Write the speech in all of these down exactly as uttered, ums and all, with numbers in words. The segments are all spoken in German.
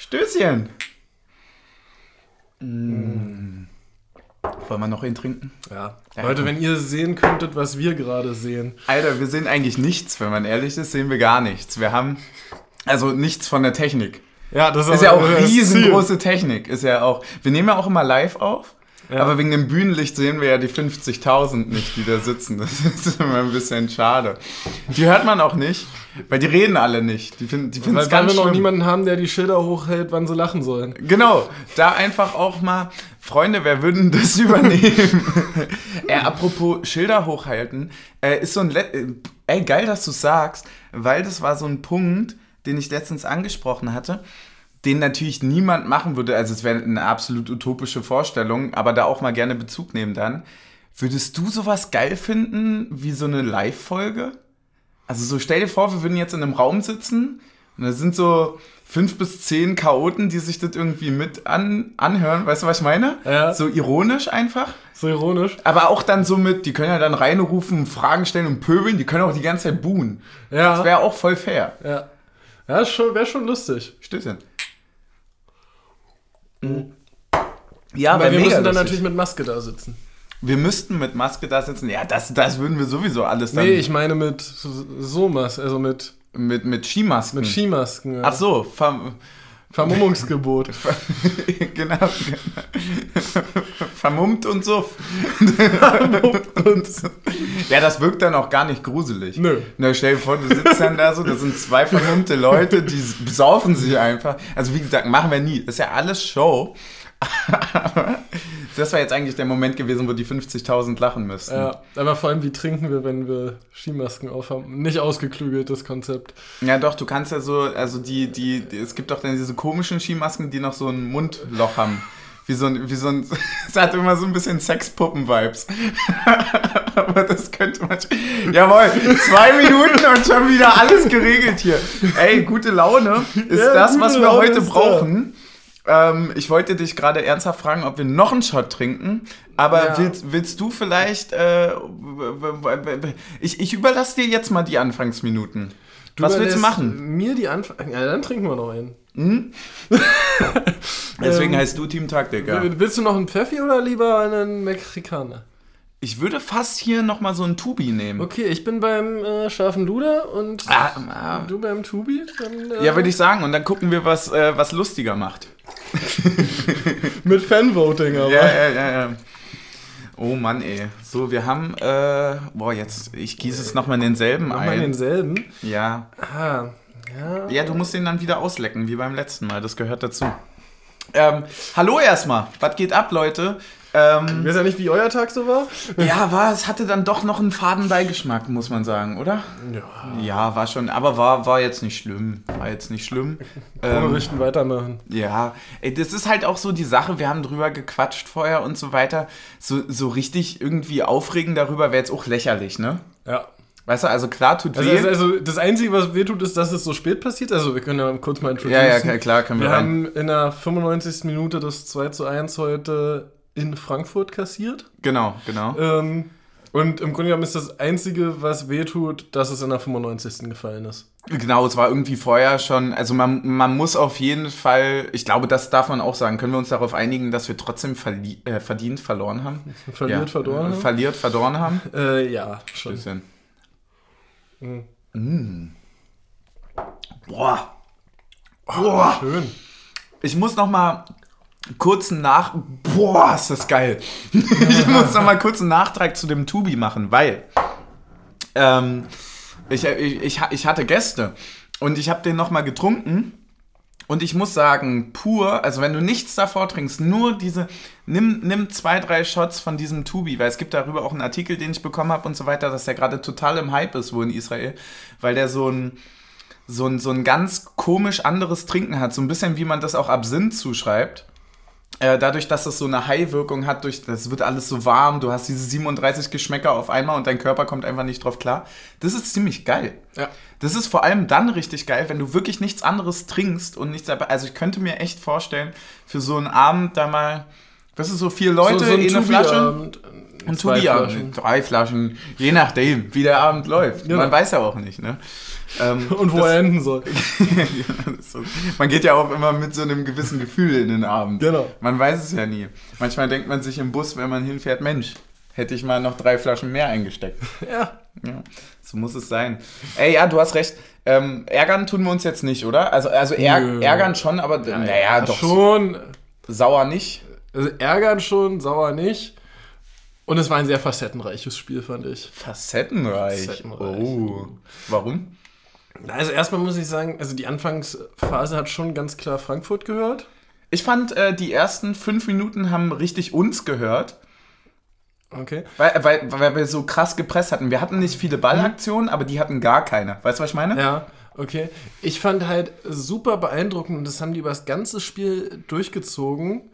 Stößchen. Mm. Wollen wir noch einen trinken? Ja. Ja. Leute, wenn ihr sehen könntet, was wir gerade sehen. Alter, wir sehen eigentlich nichts, wenn man ehrlich ist, sehen wir gar nichts. Wir haben, also nichts von der Technik. Ja, das ist, Ist ja auch das riesengroße Technik. Ist ja auch, wir nehmen ja auch immer live auf, Ja. aber wegen dem Bühnenlicht sehen wir ja die fünfzigtausend nicht, die da sitzen. Das ist immer ein bisschen schade. Die hört man auch nicht, weil die reden alle nicht. Die finden die Weil, es weil ganz wir noch schlimm. niemanden haben, der die Schilder hochhält, wann sie lachen sollen. Genau, da einfach auch mal, Freunde, wer würden das übernehmen? äh, apropos Schilder hochhalten, äh, ist so ein, Le- äh, ey, geil, dass du sagst, weil das war so ein Punkt, den ich letztens angesprochen hatte, den natürlich niemand machen würde, also es wäre eine absolut utopische Vorstellung, aber da auch mal gerne Bezug nehmen dann. Würdest du sowas geil finden, wie so eine Live-Folge? Also so stell dir vor, wir würden jetzt in einem Raum sitzen und da sind so fünf bis zehn Chaoten, die sich das irgendwie mit an, anhören. Weißt du, was ich meine? Ja. So ironisch einfach. So ironisch. Aber auch dann so mit, die können ja dann reinrufen, Fragen stellen und pöbeln, die können auch die ganze Zeit buhen. Ja. Das wäre auch voll fair. Ja. Ja, schon, wäre schon lustig. Stößchen. Ja, Aber wär wir mega müssen dann lustig. natürlich mit Maske da sitzen. Wir müssten mit Maske da sitzen. Ja, das, das würden wir sowieso alles dann Nee, ich meine mit so, so Mas, also mit, mit, mit Skimasken. mit Skimasken. Ja. Ach so, ver Vermummungsgebot. genau. Vermummt und so. Ja, das wirkt dann auch gar nicht gruselig. Nö. Na, stell dir vor, du sitzt dann da so, da sind zwei vermummte Leute, die besaufen sich einfach. Also wie gesagt, machen wir nie. Das ist ja alles Show. Aber das war jetzt eigentlich der Moment gewesen, wo die fünfzigtausend lachen müssten. Ja, aber vor allem, wie trinken wir, wenn wir Skimasken aufhaben? Nicht ausgeklügeltes Konzept. Ja, doch, du kannst ja so, also die, die, die, es gibt doch dann diese komischen Skimasken, die noch so ein Mundloch haben. Wie so ein, wie so ein, es hat immer so ein bisschen Sexpuppen-Vibes. Aber das könnte man, jawohl, zwei Minuten und schon wieder alles geregelt hier. Ey, gute Laune ist Ja, das, gute was wir Laune heute ist da. brauchen. Ähm, ich wollte dich gerade ernsthaft fragen, ob wir noch einen Shot trinken, aber Ja. willst, willst du vielleicht, äh, ich, ich überlasse dir jetzt mal die Anfangsminuten. Du Was willst du überlässt machen? Mir die Anfang. Ja, dann trinken wir noch einen. Hm? Deswegen Ähm, heißt du Team Taktik, ja. Willst du noch einen Pfeffi oder lieber einen Mexikaner? Ich würde fast hier nochmal so einen Tubi nehmen. Okay, ich bin beim äh, scharfen Luder und Ah, ah. du beim Tubi. Dann, äh, Ja, würde ich sagen. Und dann gucken wir, was, äh, was lustiger macht. Mit Fanvoting aber. Ja, ja, ja, ja. Oh Mann, ey. So, wir haben, äh, boah, jetzt, ich gieße es nochmal in denselben Mach mal ein. denselben. Ja. Ah, ja. Ja, du musst den dann wieder auslecken, wie beim letzten Mal. Das gehört dazu. Ähm, hallo erstmal. Was geht ab, Leute? Ähm, Ich weiß ja nicht, wie euer Tag so war. ja, war, es hatte dann doch noch einen faden Beigeschmack, muss man sagen, oder? Ja. Ja, war schon, aber war, war jetzt nicht schlimm. War jetzt nicht schlimm. Ähm, Vorrichten, weitermachen. ja, ey, das ist halt auch so die Sache, wir haben drüber gequatscht vorher und so weiter. So, so richtig irgendwie aufregen darüber wäre jetzt auch lächerlich, ne? Ja. Weißt du, also klar tut Also, weh. also, also das Einzige, was wehtut, ist, dass es so spät passiert. Also wir können ja kurz mal introducen. ja, ja, klar, können wir, Wir rein. haben in der fünfundneunzigsten Minute das zwei zu eins heute in Frankfurt kassiert. Genau, genau. Ähm, und im Grunde genommen ist das Einzige, was wehtut, dass es in der fünfundneunzigsten gefallen ist. Genau, es war irgendwie vorher schon, also man, man muss auf jeden Fall, ich glaube, das darf man auch sagen, können wir uns darauf einigen, dass wir trotzdem verli- äh, verdient verloren haben? Verliert, ja. verloren. Äh, Verliert, verloren haben? Äh, ja, schon. Bisschen. Mhm. Mm. Boah. Boah. Schön. Ich muss noch mal kurz einen Nach... Boah, ist das geil. Ich muss noch mal kurz einen Nachtrag zu dem Tubi machen, weil ähm, ich, ich, ich, ich hatte Gäste und ich habe den noch mal getrunken und ich muss sagen, pur, also wenn du nichts davor trinkst, nur diese, nimm, nimm zwei, drei Shots von diesem Tubi, weil es gibt darüber auch einen Artikel, den ich bekommen habe und so weiter, dass der gerade total im Hype ist, wo in Israel, weil der so ein so ein, so ein ganz komisch anderes Trinken hat, so ein bisschen wie man das auch Absinth zuschreibt. Äh, dadurch, dass es so eine High-Wirkung hat, durch, das wird alles so warm, du hast diese siebenunddreißig Geschmäcker auf einmal und dein Körper kommt einfach nicht drauf klar. Das ist ziemlich geil. Ja. Das ist vor allem dann richtig geil, wenn du wirklich nichts anderes trinkst und nichts dabei. Also ich könnte mir echt vorstellen, für so einen Abend da mal, was ist so vier Leute so, so ein in einer Flasche? Tubi-Abend. Und Zwei Tobi Flaschen. drei Flaschen, je nachdem, wie der Abend läuft. Genau. Man weiß ja auch nicht, ne? Ähm, Und wo das, er enden soll. ja, das ist so. Man geht ja auch immer mit so einem gewissen Gefühl in den Abend. Genau. Man weiß es ja nie. Manchmal denkt man sich im Bus, wenn man hinfährt, Mensch, hätte ich mal noch drei Flaschen mehr eingesteckt. Ja. Ja, so muss es sein. Ey, ja, du hast recht. Ähm, ärgern tun wir uns jetzt nicht, oder? Also, also är Nö. ärgern schon, aber Ja, naja, ja, doch. schon. Sauer nicht. Also ärgern schon, sauer nicht. Und es war ein sehr facettenreiches Spiel, fand ich. Facettenreich. Facettenreich. Oh. Warum? Also erstmal muss ich sagen, also die Anfangsphase hat schon ganz klar Frankfurt gehört. Ich fand, äh, die ersten fünf Minuten haben richtig uns gehört. Okay. Weil, weil, weil wir so krass gepresst hatten. Wir hatten nicht viele Ballaktionen, aber die hatten gar keine. Weißt du, was ich meine? Ja, okay. Ich fand halt super beeindruckend, und das haben die über das ganze Spiel durchgezogen.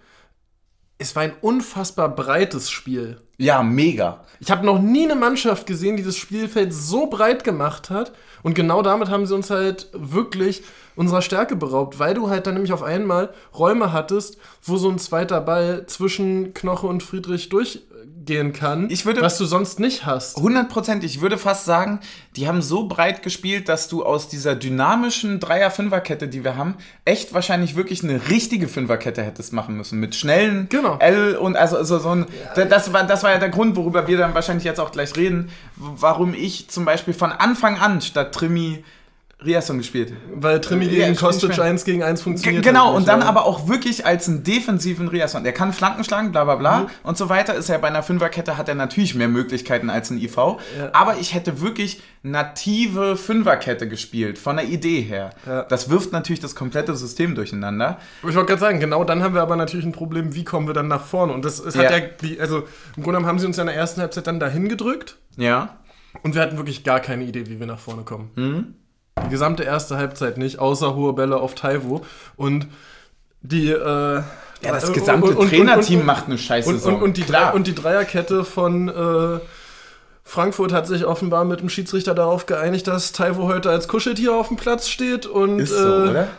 Es war ein unfassbar breites Spiel. Ja, mega. Ich habe noch nie eine Mannschaft gesehen, die das Spielfeld so breit gemacht hat. Und genau damit haben sie uns halt wirklich unserer Stärke beraubt, weil du halt dann nämlich auf einmal Räume hattest, wo so ein zweiter Ball zwischen Knoche und Friedrich durchgehen kann, Ich würde- was du sonst nicht hast. hundert Prozent. Ich würde fast sagen, die haben so breit gespielt, dass du aus dieser dynamischen Dreier-Fünfer-Kette, die wir haben, echt wahrscheinlich wirklich eine richtige Fünferkette hättest machen müssen. Mit schnellen Genau. L und also, also so ein. Das war, das war ja der Grund, worüber wir dann wahrscheinlich jetzt auch gleich reden, warum ich zum Beispiel von Anfang an statt Trimmi Riasson gespielt. Weil Trimi Ja, gegen ich- Kostic ich- eins gegen eins G funktioniert. genau, halt nicht, und dann ja. aber auch wirklich als einen defensiven Riasson. Der kann Flanken schlagen, bla bla bla Mhm. und so weiter. Ist ja bei einer Fünferkette, hat er natürlich mehr Möglichkeiten als ein I V. Ja. Aber ich hätte wirklich native Fünferkette gespielt, von der Idee her. Ja. Das wirft natürlich das komplette System durcheinander. Ich wollte gerade sagen, genau dann haben wir aber natürlich ein Problem, wie kommen wir dann nach vorne? Und das es Ja. hat ja, die, also im Grunde genommen haben sie uns ja in der ersten Halbzeit dann dahin gedrückt Ja. und wir hatten wirklich gar keine Idee, wie wir nach vorne kommen. Mhm. Die gesamte erste Halbzeit nicht, außer hohe Bälle auf Taiwo. Und die, äh, Ja, das und- gesamte und- und- Trainerteam und- macht eine scheiße und, Saison. und, und, die, Klar. Drei- und die Dreierkette von äh, Frankfurt hat sich offenbar mit dem Schiedsrichter darauf geeinigt, dass Taiwo heute als Kuscheltier auf dem Platz steht. Und, Ist so, äh, oder?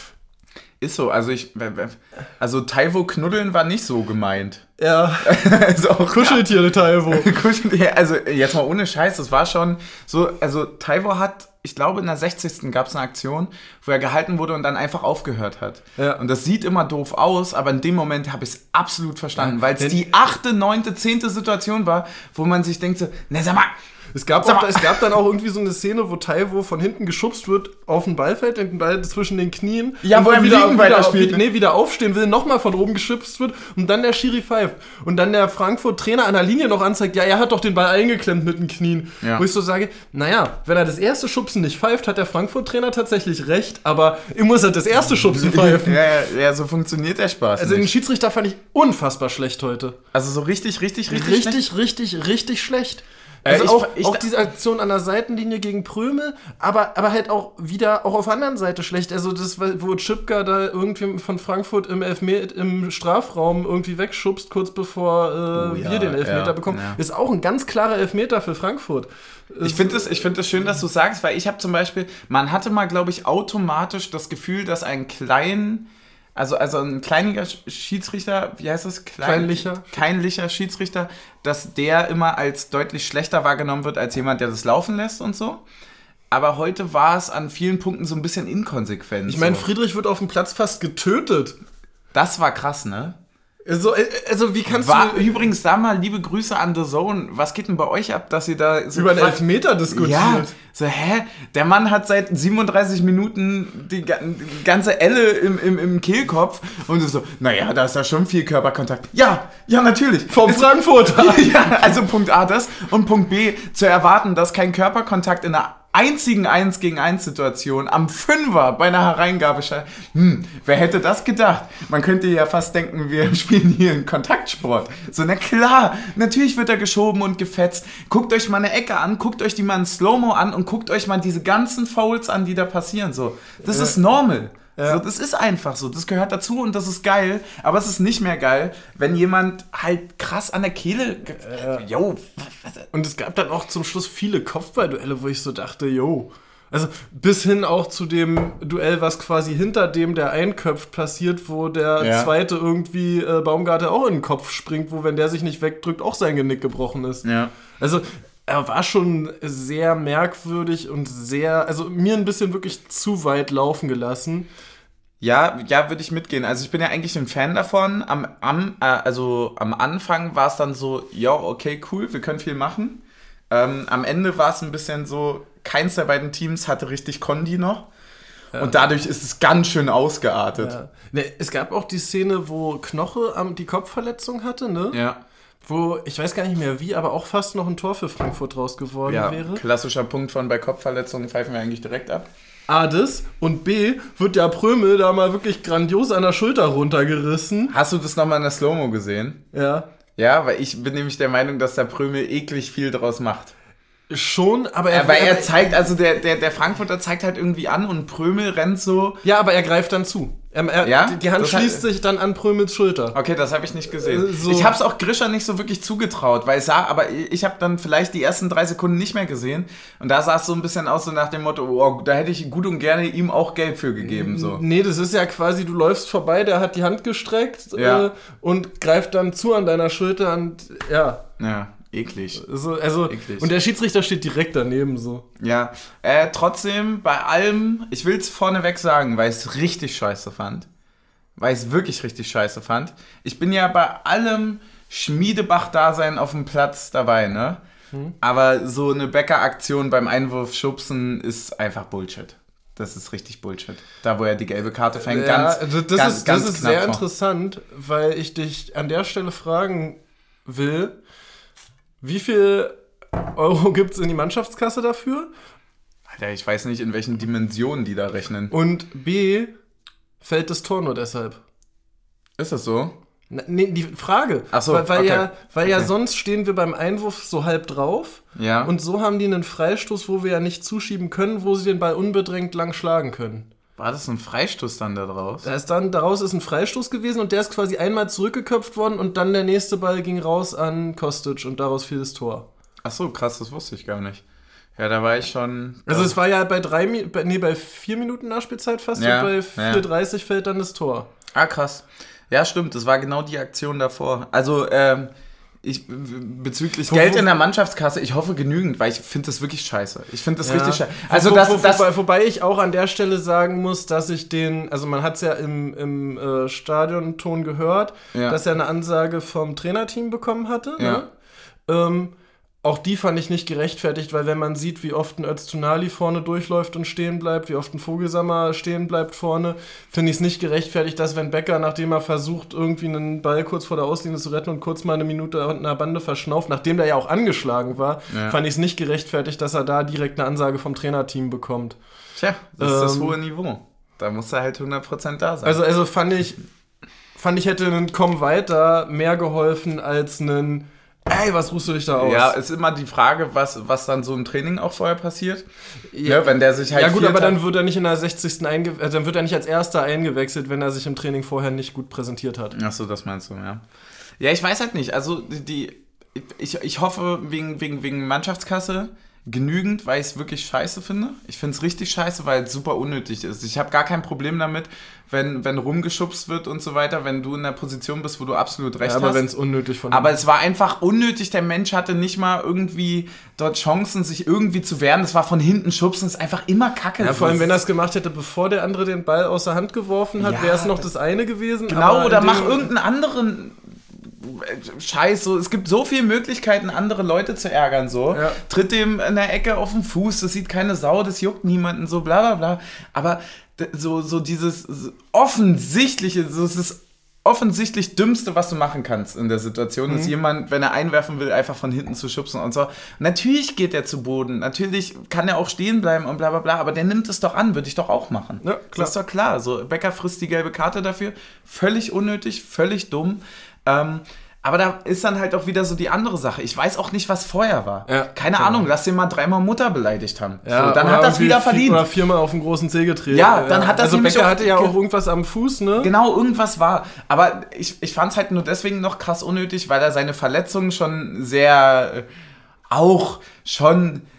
Ist so, also ich, also Taiwo knuddeln war nicht so gemeint. Ja, Also auch Kuscheltiere Taiwo. Kuscheltier, also jetzt mal ohne Scheiß, das war schon so, also Taiwo hat, ich glaube in der sechzigsten gab es eine Aktion, wo er gehalten wurde und dann einfach aufgehört hat. Ja. Und das sieht immer doof aus, aber in dem Moment habe ich es absolut verstanden, Ja, weil es denn- die achte, neunte, zehnte Situation war, wo man sich denkt so, na sag mal, Es gab, Sag auch, mal. es gab dann auch irgendwie so eine Szene, wo Taiwo von hinten geschubst wird auf den Ballfeld, den Ball zwischen den Knien. Ja, und wo er dann im wieder, Liegen wieder, weiterspielt, wieder, nee, wieder aufstehen will, nochmal von oben geschubst wird und dann der Schiri pfeift. Und dann der Frankfurt-Trainer an der Linie noch anzeigt, ja, er hat doch den Ball eingeklemmt mit den Knien. Ja. Wo ich so sage, naja, wenn er das erste Schubsen nicht pfeift, hat der Frankfurt-Trainer tatsächlich recht, aber er muss halt das erste Schubsen pfeifen. ja, ja, ja, so funktioniert der Spaß Also den nicht. Schiedsrichter fand ich unfassbar schlecht heute. Also so richtig, richtig, richtig, schlecht. Richtig, richtig, richtig schlecht. Äh, Also ich- auch, ich- auch diese Aktion an der Seitenlinie gegen Prömel, aber, aber halt auch wieder auch auf der anderen Seite schlecht. Also das, wo Chipka da irgendwie von Frankfurt im Elfmeter, im Strafraum irgendwie wegschubst, kurz bevor äh, Oh ja, wir den Elfmeter ja, bekommen, ja. ist auch ein ganz klarer Elfmeter für Frankfurt. Ich finde es ich find es schön, dass du sagst, weil ich habe zum Beispiel, man hatte mal, glaube ich, automatisch das Gefühl, dass ein klein, also, also ein kleiniger Sch- Schiedsrichter, wie heißt das? Klein, Kleinlicher. Kleinlicher Schiedsrichter, dass der immer als deutlich schlechter wahrgenommen wird als jemand, der das laufen lässt und so. Aber heute war es an vielen Punkten so ein bisschen inkonsequent. Ich meine, so. Friedrich wird auf dem Platz fast getötet. Das war krass, ne? Also, äh, also wie kannst War, du übrigens, da mal liebe Grüße an The Zone. Was geht denn bei euch ab, dass ihr da so über einen Quatsch- Elfmeter diskutiert? Ja, so, hä? Der Mann hat seit siebenunddreißig Minuten die, ga- die ganze Elle im, im, im Kehlkopf und so, naja, da ist ja schon viel Körperkontakt. Ja, ja, natürlich. Vom Frankfurter. Ja, also Punkt A das und Punkt B, zu erwarten, dass kein Körperkontakt in einer einzigen eins gegen eins Situation am Fünfer bei einer Hereingabe scheint. Hm, wer hätte das gedacht? Man könnte ja fast denken, wir spielen hier einen Kontaktsport. So, na klar, natürlich wird er geschoben und gefetzt. Guckt euch mal eine Ecke an, guckt euch die mal in Slow-Mo an und guckt euch mal diese ganzen Fouls an, die da passieren. So, das Ja. ist normal. Ja. So, das ist einfach so, das gehört dazu und das ist geil, aber es ist nicht mehr geil, wenn jemand halt krass an der Kehle, ge- yo, Und es gab dann auch zum Schluss viele Kopfballduelle, wo ich so dachte, yo, Also bis hin auch zu dem Duell, was quasi hinter dem, der einköpft, passiert, wo der Ja. zweite irgendwie äh, Baumgartel auch in den Kopf springt, wo, wenn der sich nicht wegdrückt, auch sein Genick gebrochen ist. Ja. Also er war schon sehr merkwürdig und sehr, also mir ein bisschen wirklich zu weit laufen gelassen. Ja, ja, würde ich mitgehen. Also ich bin ja eigentlich ein Fan davon. Am, am, äh, also am Anfang war es dann so, ja, okay, cool, wir können viel machen. Ähm, am Ende war es ein bisschen so, keins der beiden Teams hatte richtig Kondi noch. Ja. Und dadurch ist es ganz schön ausgeartet. Ja. Ne, es gab auch die Szene, wo Knoche am, die Kopfverletzung hatte, ne? Ja. Wo, ich weiß gar nicht mehr wie, aber auch fast noch ein Tor für Frankfurt raus geworden Ja, wäre. klassischer Punkt von bei Kopfverletzungen pfeifen wir eigentlich direkt ab. A, das. Und B, wird der Prömel da mal wirklich grandios an der Schulter runtergerissen. Hast du das nochmal in der Slow-Mo gesehen? Ja. Ja, weil ich bin nämlich der Meinung, dass der Prömel eklig viel draus macht. Schon, aber er... Aber er aber, zeigt, also der, der, der Frankfurter zeigt halt irgendwie an und Prömel rennt so. Ja, aber er greift dann zu. Er, er, Ja? die, die Hand Das schließt hat- sich dann an Prömels Schulter. Okay, das habe ich nicht gesehen. Äh, so. Ich habe es auch Grisha nicht so wirklich zugetraut, weil es sah, aber ich habe dann vielleicht die ersten drei Sekunden nicht mehr gesehen und da sah es so ein bisschen aus so nach dem Motto, oh, da hätte ich gut und gerne ihm auch Geld für gegeben. So. Nee, das ist ja quasi, du läufst vorbei, der hat die Hand gestreckt Ja. äh, und greift dann zu an deiner Schulter und ja. Ja, eklig. So, also, Eklig. und der Schiedsrichter steht direkt daneben so. Ja, äh, trotzdem bei allem, ich will es vorneweg sagen, weil ich es richtig scheiße fand. Weil ich es wirklich richtig scheiße fand. Ich bin ja bei allem Schmiedebach-Dasein auf dem Platz dabei, ne? Hm. Aber so eine Becker-Aktion beim Einwurf schubsen ist einfach Bullshit. Das ist richtig Bullshit. Da, wo er die gelbe Karte fängt, Ja, ganz, das, das ganz, ist, ganz das ist knapp sehr vor. interessant, weil ich dich an der Stelle fragen will, wie viel Euro gibt es in die Mannschaftskasse dafür? Alter, ich weiß nicht, in welchen Dimensionen die da rechnen. Und B, fällt das Tor nur deshalb? Ist das so? Na, nee, die Frage. Ach so, weil weil, okay. ja, weil ja Okay. sonst stehen wir beim Einwurf so halb drauf. Ja. Und so haben die einen Freistoß, wo wir ja nicht zuschieben können, wo sie den Ball unbedrängt lang schlagen können. War das ein Freistoß dann da draus? Da ist dann, daraus ist ein Freistoß gewesen und der ist quasi einmal zurückgeköpft worden und dann der nächste Ball ging raus an Kostic und daraus fiel das Tor. Ach so, krass, das wusste ich gar nicht. Ja, da war ich schon... Also es war ja bei drei, Mi- bei, nee, bei vier Minuten Nachspielzeit fast Ja, und bei ja. vier Uhr dreißig fällt dann das Tor. Ah, krass. Ja, stimmt, das war genau die Aktion davor. Also, ähm, ich, bezüglich Wo- Geld wo- in der Mannschaftskasse, ich hoffe genügend, weil ich finde das wirklich scheiße. Ich finde das Ja. richtig scheiße. Also, wo, das, wo, das, wobei, wobei ich auch an der Stelle sagen muss, dass ich den, also man hat es ja im, im äh, Stadionton gehört, Ja. dass er eine Ansage vom Trainerteam bekommen hatte. Ja. Ne? Ähm, auch die fand ich nicht gerechtfertigt, weil wenn man sieht, wie oft ein Öztunali vorne durchläuft und stehen bleibt, wie oft ein Vogelsammer stehen bleibt vorne, finde ich es nicht gerechtfertigt, dass wenn Becker, nachdem er versucht, irgendwie einen Ball kurz vor der Auslinie zu retten und kurz mal eine Minute an der Bande verschnauft, nachdem der ja auch angeschlagen war, Ja. fand ich es nicht gerechtfertigt, dass er da direkt eine Ansage vom Trainerteam bekommt. tja, das ist das Ähm, hohe Niveau. Da muss er halt hundert Prozent da sein. Also, also fand ich, fand ich hätte einen Komm weiter mehr geholfen als einen ey, was ruhst du dich da aus? ja, ist immer die Frage, was, was dann so im Training auch vorher passiert. Ja, Ja, wenn der sich halt ja gut, viel aber ta- dann wird er nicht in der sechzigsten Einge äh, dann wird er nicht als Erster eingewechselt, wenn er sich im Training vorher nicht gut präsentiert hat. Ach so, das meinst du, ja. Ja, ich weiß halt nicht. Also, die, die ich, ich hoffe wegen, wegen, wegen Mannschaftskasse genügend, weil ich es wirklich scheiße finde. Ich finde es richtig scheiße, weil es super unnötig ist. Ich habe gar kein Problem damit, wenn, wenn rumgeschubst wird und so weiter, wenn du in der Position bist, wo du absolut recht Ja, aber hast. wenn es unnötig von Aber es war einfach unnötig. Der Mensch hatte nicht mal irgendwie dort Chancen, sich irgendwie zu wehren. Das war von hinten schubsen. Das ist einfach immer Kacke. ja, vor allem, Das wenn ist- er es gemacht hätte, bevor der andere den Ball aus der Hand geworfen hat, Ja, wäre es noch das eine gewesen. Genau, aber oder in mach dem- irgendeinen anderen Scheiß. So. Es gibt so viele Möglichkeiten, andere Leute zu ärgern. So. Ja. Tritt dem in der Ecke auf den Fuß, das sieht keine Sau, das juckt niemanden, so bla bla bla. Aber d- so, so dieses offensichtliche, so es ist offensichtlich Dümmste, was du machen kannst in der Situation, Mhm. ist jemand, wenn er einwerfen will, einfach von hinten zu schubsen und so. Natürlich geht er zu Boden, natürlich kann er auch stehen bleiben und bla bla bla, aber der nimmt es doch an, würde ich doch auch machen. Ja, klar. Das ist doch klar. So, Becker frisst die gelbe Karte dafür. Völlig unnötig, völlig dumm. Ähm, aber da ist dann halt auch wieder so die andere Sache. Ich weiß auch nicht, was vorher war. Ja, Keine genau. Ahnung, lass den mal dreimal Mutter beleidigt haben. Ja, so, dann oder hat das irgendwie wieder vier- verdient. Oder viermal auf den großen Zeh getreten. Ja, dann hat das Also nämlich Becker auch- hatte ja auch irgendwas am Fuß, ne? Genau, irgendwas war. Aber ich, ich fand es halt nur deswegen noch krass unnötig, weil er seine Verletzung schon sehr, äh, auch schon,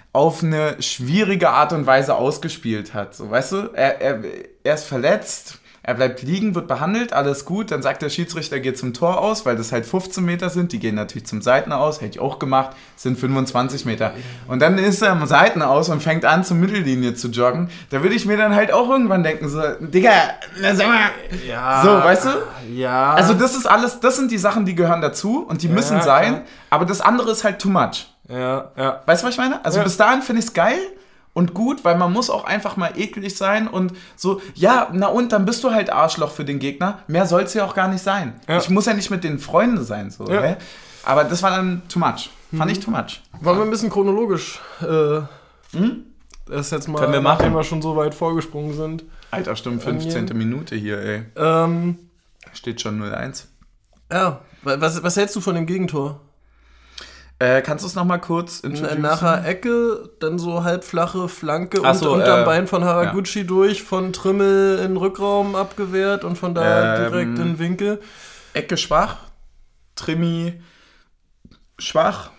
auf eine schwierige Art und Weise ausgespielt hat. So, weißt du, er, er, er ist verletzt, er bleibt liegen, wird behandelt, alles gut. Dann sagt der Schiedsrichter, geht zum Tor aus, weil das halt fünfzehn Meter sind. Die gehen natürlich zum Seitenaus, hätte ich auch gemacht, sind fünfundzwanzig Meter. Und dann ist er am Seitenaus und fängt an, zur Mittellinie zu joggen. Da würde ich mir dann halt auch irgendwann denken, so, Digga, na sag mal. Ja. So, weißt du? Ja. Also das ist alles, das sind die Sachen, die gehören dazu und die müssen Ja, sein. klar. Aber das andere ist halt too much. Ja, ja. Weißt du, was ich meine? Also Ja. bis dahin finde ich es geil und gut, weil man muss auch einfach mal eklig sein und so, ja, na und, dann bist du halt Arschloch für den Gegner. Mehr soll es ja auch gar nicht sein. Ja. Ich muss ja nicht mit den Freunden sein, so, Ja. hä? Aber das war dann too much. Fand ich too much. Wollen wir ein bisschen chronologisch äh, Hm? das jetzt mal, Können wir machen. nachdem wir schon so weit vorgesprungen sind. Alter, stimmt, fünfzehnte Minute hier, ey. Ähm, Steht schon null eins. ja, was, was hältst du von dem Gegentor? Äh, kannst du es nochmal kurz introducen? Nachher Ecke, dann so halbflache Flanke Ach und so, unterm äh, Bein von Haraguchi durch, von Trimmel in den Rückraum abgewehrt und von da Ähm, direkt in den Winkel. Ecke schwach, Trimi schwach,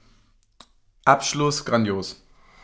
Abschluss grandios.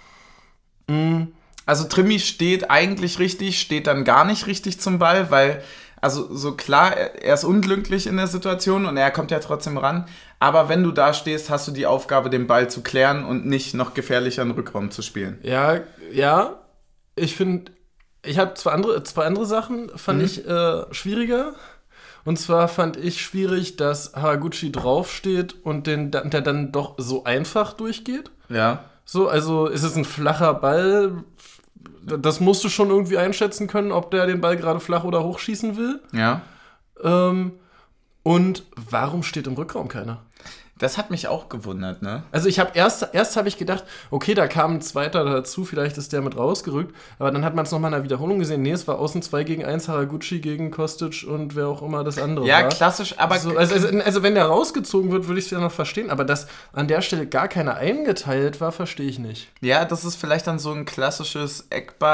Mhm. Also Trimi steht eigentlich richtig, steht dann gar nicht richtig zum Ball, weil, also so klar, er er ist unglücklich in der Situation und er kommt ja trotzdem ran, aber wenn du da stehst, hast du die Aufgabe, den Ball zu klären und nicht noch gefährlicher in den Rückraum zu spielen. Ja, ja. Ich finde, ich habe zwei andere, zwei andere Sachen, fand Mhm. ich äh, schwieriger. Und zwar fand ich schwierig, dass Haraguchi draufsteht und den, der dann doch so einfach durchgeht. Ja. So, also ist es ein flacher Ball. Das musst du schon irgendwie einschätzen können, ob der den Ball gerade flach oder hoch schießen will. Ja. Ähm, und warum steht im Rückraum keiner? Das hat mich auch gewundert, ne? Also ich habe erst, erst habe ich gedacht, okay, da kam ein zweiter dazu, vielleicht ist der mit rausgerückt, aber dann hat man es nochmal in der Wiederholung gesehen, nee, es war außen zwei gegen eins, Haraguchi gegen Kostic und wer auch immer das andere Ja, war. klassisch, aber... So, also, also, also wenn der rausgezogen wird, würde ich es ja noch verstehen, aber dass an der Stelle gar keiner eingeteilt war, verstehe ich nicht. Ja, das ist vielleicht dann so ein klassisches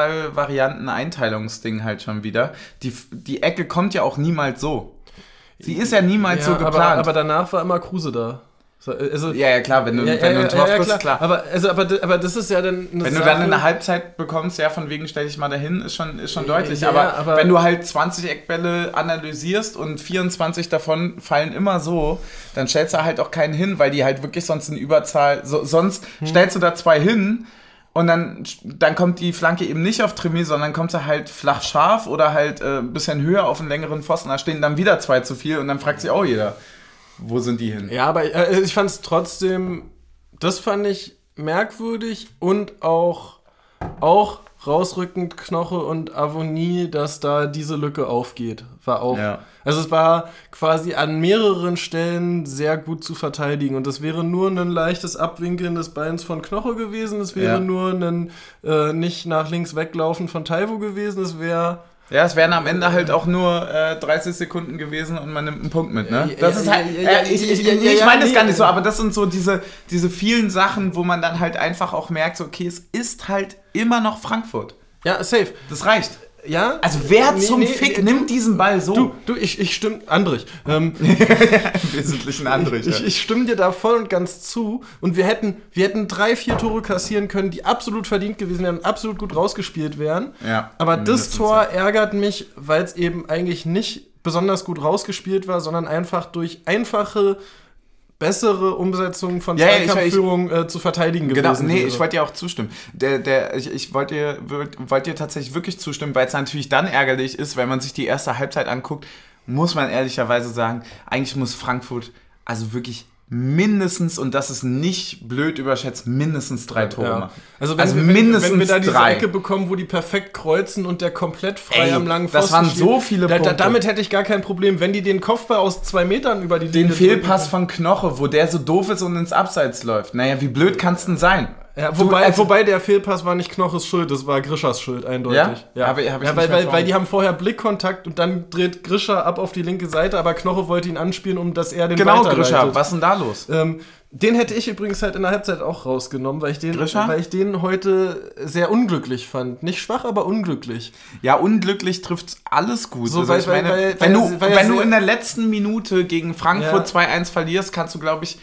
Eckball-Varianten-Einteilungsding halt schon wieder. Die, die Ecke kommt ja auch niemals so. Sie ist ja niemals so geplant. Aber, aber danach war immer Kruse da. So, also, ja, ja, klar, wenn du, ja, wenn ja, du ein Tor ja, frisst, klar. klar. Aber, also, aber, aber das ist ja dann eine Wenn du Sache, dann in der Halbzeit bekommst, ja, von wegen stell dich mal dahin, ist schon, ist schon deutlich. Ja, aber, aber- wenn du halt zwanzig Eckbälle analysierst und vierundzwanzig davon fallen immer so, dann stellst du halt auch keinen hin, weil die halt wirklich sonst in Überzahl, so, sonst Hm. stellst du da zwei hin und dann, dann kommt die Flanke eben nicht auf Trimi, sondern kommt sie halt flach scharf oder halt äh, ein bisschen höher auf einen längeren Pfosten. Da stehen dann wieder zwei zu viel und dann fragt sich auch jeder, wo sind die hin? Ja, aber äh, ich fand es trotzdem, das fand ich merkwürdig und auch, auch rausrückend Knoche und Avonie, dass da diese Lücke aufgeht, war auch. Ja. Also es war quasi an mehreren Stellen sehr gut zu verteidigen und es wäre nur ein leichtes Abwinkeln des Beins von Knoche gewesen, es wäre Ja. nur ein äh, nicht nach links weglaufen von Taiwo gewesen, es wäre... Ja, es wären am Ende halt auch nur äh, dreißig Sekunden gewesen und man nimmt einen Punkt mit, ne? Ja, Das ja, ist halt, ja, ja, äh, ich, ich, ja, ja, ich ja, meine das nee. gar nicht so, aber das sind so diese, diese vielen Sachen, wo man dann halt einfach auch merkt, so, okay, es ist halt immer noch Frankfurt. Ja, safe. Das reicht. Ja? Also wer Nee, zum nee, Fick nee, nimmt diesen Ball so? Du, du, ich, ich stimme, Andrich, ähm, Im Wesentlichen andere. ich, ich stimme dir da voll und ganz zu und wir hätten, wir hätten drei, vier Tore kassieren können, die absolut verdient gewesen wären und absolut gut rausgespielt wären. Ja, Aber das mindestens, Tor ja. ärgert mich, weil es eben eigentlich nicht besonders gut rausgespielt war, sondern einfach durch einfache, bessere Umsetzung von Ja, ja, ich- Zweikampfführung äh, zu verteidigen Genau, gewesen nee, wäre. ich wollte dir auch zustimmen. Der, der, ich ich wollte dir, wollt- wollte dir tatsächlich wirklich zustimmen, weil es natürlich dann ärgerlich ist, wenn man sich die erste Halbzeit anguckt, muss man ehrlicherweise sagen, eigentlich muss Frankfurt also wirklich mindestens, und das ist nicht blöd überschätzt, mindestens drei Tore Ja. machen. Also, wenn, Also wir, wenn, mindestens wenn wir da diese drei. Ecke bekommen, wo die perfekt kreuzen und der komplett frei Ey, am langen das Pfosten waren steht, so viele da, da, Punkte. damit hätte ich gar kein Problem. Wenn die den Kopfball aus zwei Metern über die Den Linie Fehlpass drücken von Knoche, wo der so doof ist und ins Abseits läuft. Naja, wie blöd kann's denn sein? können. Ja, Du, wobei, also- wobei der Fehlpass war nicht Knoches Schuld, das war Grischers Schuld, eindeutig. Ja? Hab ich- hab ich ja nicht weil, mehr weil, vor weil Augen. die haben vorher Blickkontakt und dann dreht Grischer ab auf die linke Seite, aber Knoche wollte ihn anspielen, um dass er den Genau, weiterleitet. Grisha, was ist denn da los? Ähm, den hätte ich übrigens halt in der Halbzeit auch rausgenommen, weil ich den, Grisha? weil ich den heute sehr unglücklich fand. Nicht schwach, aber unglücklich. Ja, unglücklich trifft alles gut. So, also weil- ich meine, weil- weil- wenn, weil- du, weil- wenn du weil- in der letzten Minute gegen Frankfurt Ja. zwei eins verlierst, kannst du, glaube ich,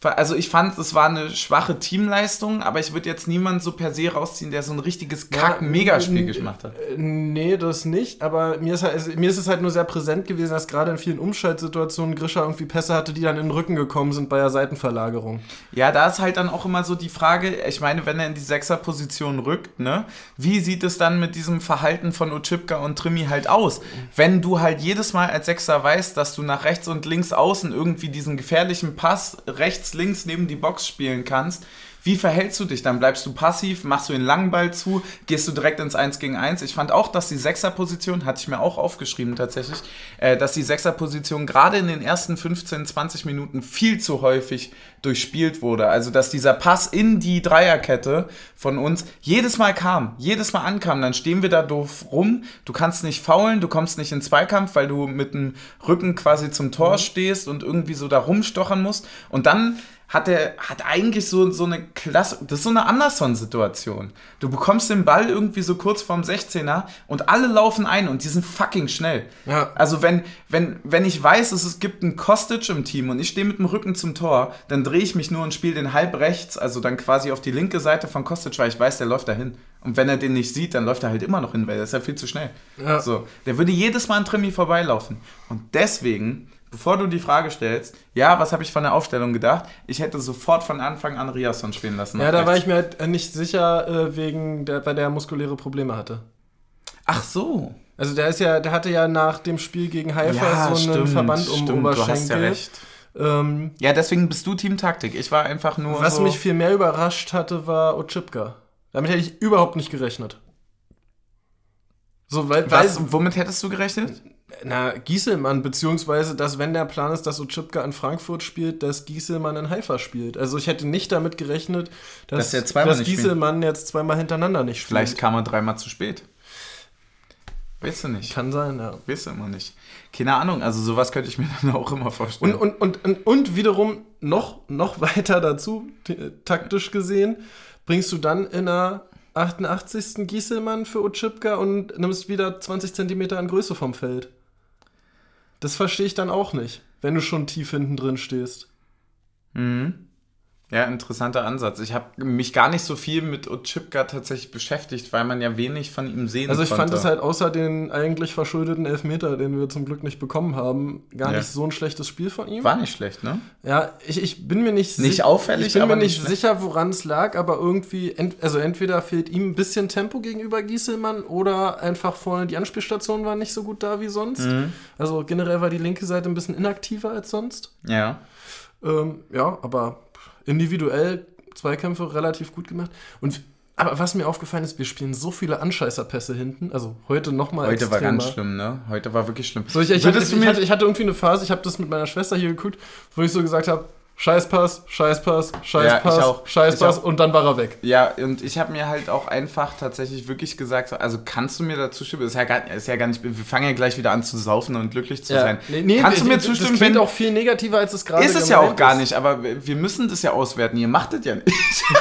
Also ich fand, es war eine schwache Teamleistung, aber ich würde jetzt niemanden so per se rausziehen, der so ein richtiges Kack-Megaspiel ja, gemacht hat. Nee, das nicht, aber mir ist, halt, also mir ist es halt nur sehr präsent gewesen, dass gerade in vielen Umschaltsituationen Grisha irgendwie Pässe hatte, die dann in den Rücken gekommen sind bei der Seitenverlagerung. Ja, da ist halt dann auch immer so die Frage, ich meine, wenn er in die Sechser-Position rückt, ne, wie sieht es dann mit diesem Verhalten von Oczipka und Trimi halt aus? Wenn du halt jedes Mal als Sechser weißt, dass du nach rechts und links außen irgendwie diesen gefährlichen Pass rechts, links neben die Box spielen kannst, wie verhältst du dich? Dann bleibst du passiv, machst du den langen Ball zu, gehst du direkt ins eins gegen eins. Ich fand auch, dass die Sechser-Position, hatte ich mir auch aufgeschrieben tatsächlich, äh, dass die Sechser-Position gerade in den ersten fünfzehn, zwanzig Minuten viel zu häufig durchspielt wurde. Also, dass dieser Pass in die Dreierkette von uns jedes Mal kam, jedes Mal ankam, dann stehen wir da doof rum, du kannst nicht faulen, du kommst nicht in Zweikampf, weil du mit dem Rücken quasi zum Tor stehst und irgendwie so da rumstochern musst. Und dann hat er hat eigentlich so, so eine Klasse, das ist so eine Anderson-Situation. Du bekommst den Ball irgendwie so kurz vorm sechzehner und alle laufen ein und die sind fucking schnell. Ja. Also wenn, wenn, wenn ich weiß, dass es gibt einen Kostic im Team und ich stehe mit dem Rücken zum Tor, dann drehe ich mich nur und spiele den halb rechts, also dann quasi auf die linke Seite von Kostic, weil ich weiß, der läuft dahin. Und wenn er den nicht sieht, dann läuft er halt immer noch hin, weil der ist ja viel zu schnell. Ja. So, der würde jedes Mal an Trimi vorbeilaufen. Und deswegen, bevor du die Frage stellst, ja, was habe ich von der Aufstellung gedacht? Ich hätte sofort von Anfang an Riasson spielen lassen. Ja, da war ich mir halt nicht sicher, äh, wegen der, weil der muskuläre Probleme hatte. Ach so. Also der ist ja, der hatte ja nach dem Spiel gegen Haifa Ja, so einen stimmt, Verband um stimmt, Oberschenkel. du hast ja recht. Ähm, Ja, deswegen bist du Team-Taktik. Ich war einfach nur was so... mich viel mehr überrascht hatte, war Oczipka. Damit hätte ich überhaupt nicht gerechnet. So, weil, Was, weil womit hättest du gerechnet? Na, Gieselmann, beziehungsweise, dass wenn der Plan ist, dass Oczipka in Frankfurt spielt, dass Gieselmann in Haifa spielt. Also ich hätte nicht damit gerechnet, dass, Dass er zweimal dass nicht Gieselmann jetzt zweimal hintereinander nicht spielt. Vielleicht kam er dreimal zu spät. Weißt du nicht. Kann sein, ja. Weißt du immer nicht. Keine Ahnung, also sowas könnte ich mir dann auch immer vorstellen. Und, und, und, und, und wiederum noch, noch weiter dazu, t- taktisch gesehen, bringst du dann in der achtundachtzigsten Gieselmann für Oczipka und nimmst wieder zwanzig Zentimeter an Größe vom Feld. Das verstehe ich dann auch nicht, wenn du schon tief hinten drin stehst. Mhm. Ja, interessanter Ansatz. Ich habe mich gar nicht so viel mit Oczipka tatsächlich beschäftigt, weil man ja wenig von ihm sehen Also ich konnte. fand es halt außer den eigentlich verschuldeten Elfmeter, den wir zum Glück nicht bekommen haben, gar Ja. nicht so ein schlechtes Spiel von ihm. War nicht schlecht, ne? Ja, ich, ich bin mir nicht Nicht sich- auffällig, Ich bin aber mir nicht nicht schlecht. sicher, woran es lag, aber irgendwie, ent, also entweder fehlt ihm ein bisschen Tempo gegenüber Gieselmann oder einfach vorne die Anspielstationen waren nicht so gut da wie sonst. Mhm. Also generell war die linke Seite ein bisschen inaktiver als sonst. Ja. Ähm, ja, aber individuell Zweikämpfe relativ gut gemacht. Und aber was mir aufgefallen ist, wir spielen so viele Anscheißerpässe hinten. Also heute nochmal Heute war ganz schlimm, ne? Heute war wirklich schlimm. So, ich, ich, hatte, Würdest du ich, mir- hatte, ich hatte irgendwie eine Phase, ich habe das mit meiner Schwester hier geguckt, wo ich so gesagt habe, Scheißpass, Scheißpass, Scheißpass, Ja, ich auch. Scheißpass Ich auch. und dann war er weg. Ja, und ich habe mir halt auch einfach tatsächlich wirklich gesagt, so, also kannst du mir dazu stimmen? Ist ja gar, ist ja gar nicht, wir fangen ja gleich wieder an zu saufen und glücklich zu sein. Nee, nee, kannst du mir das zustimmen, Das klingt wenn, auch viel negativer, als es gerade ist es ja gemeint auch gar ist. nicht, aber wir müssen das ja auswerten. Ihr macht das ja nicht.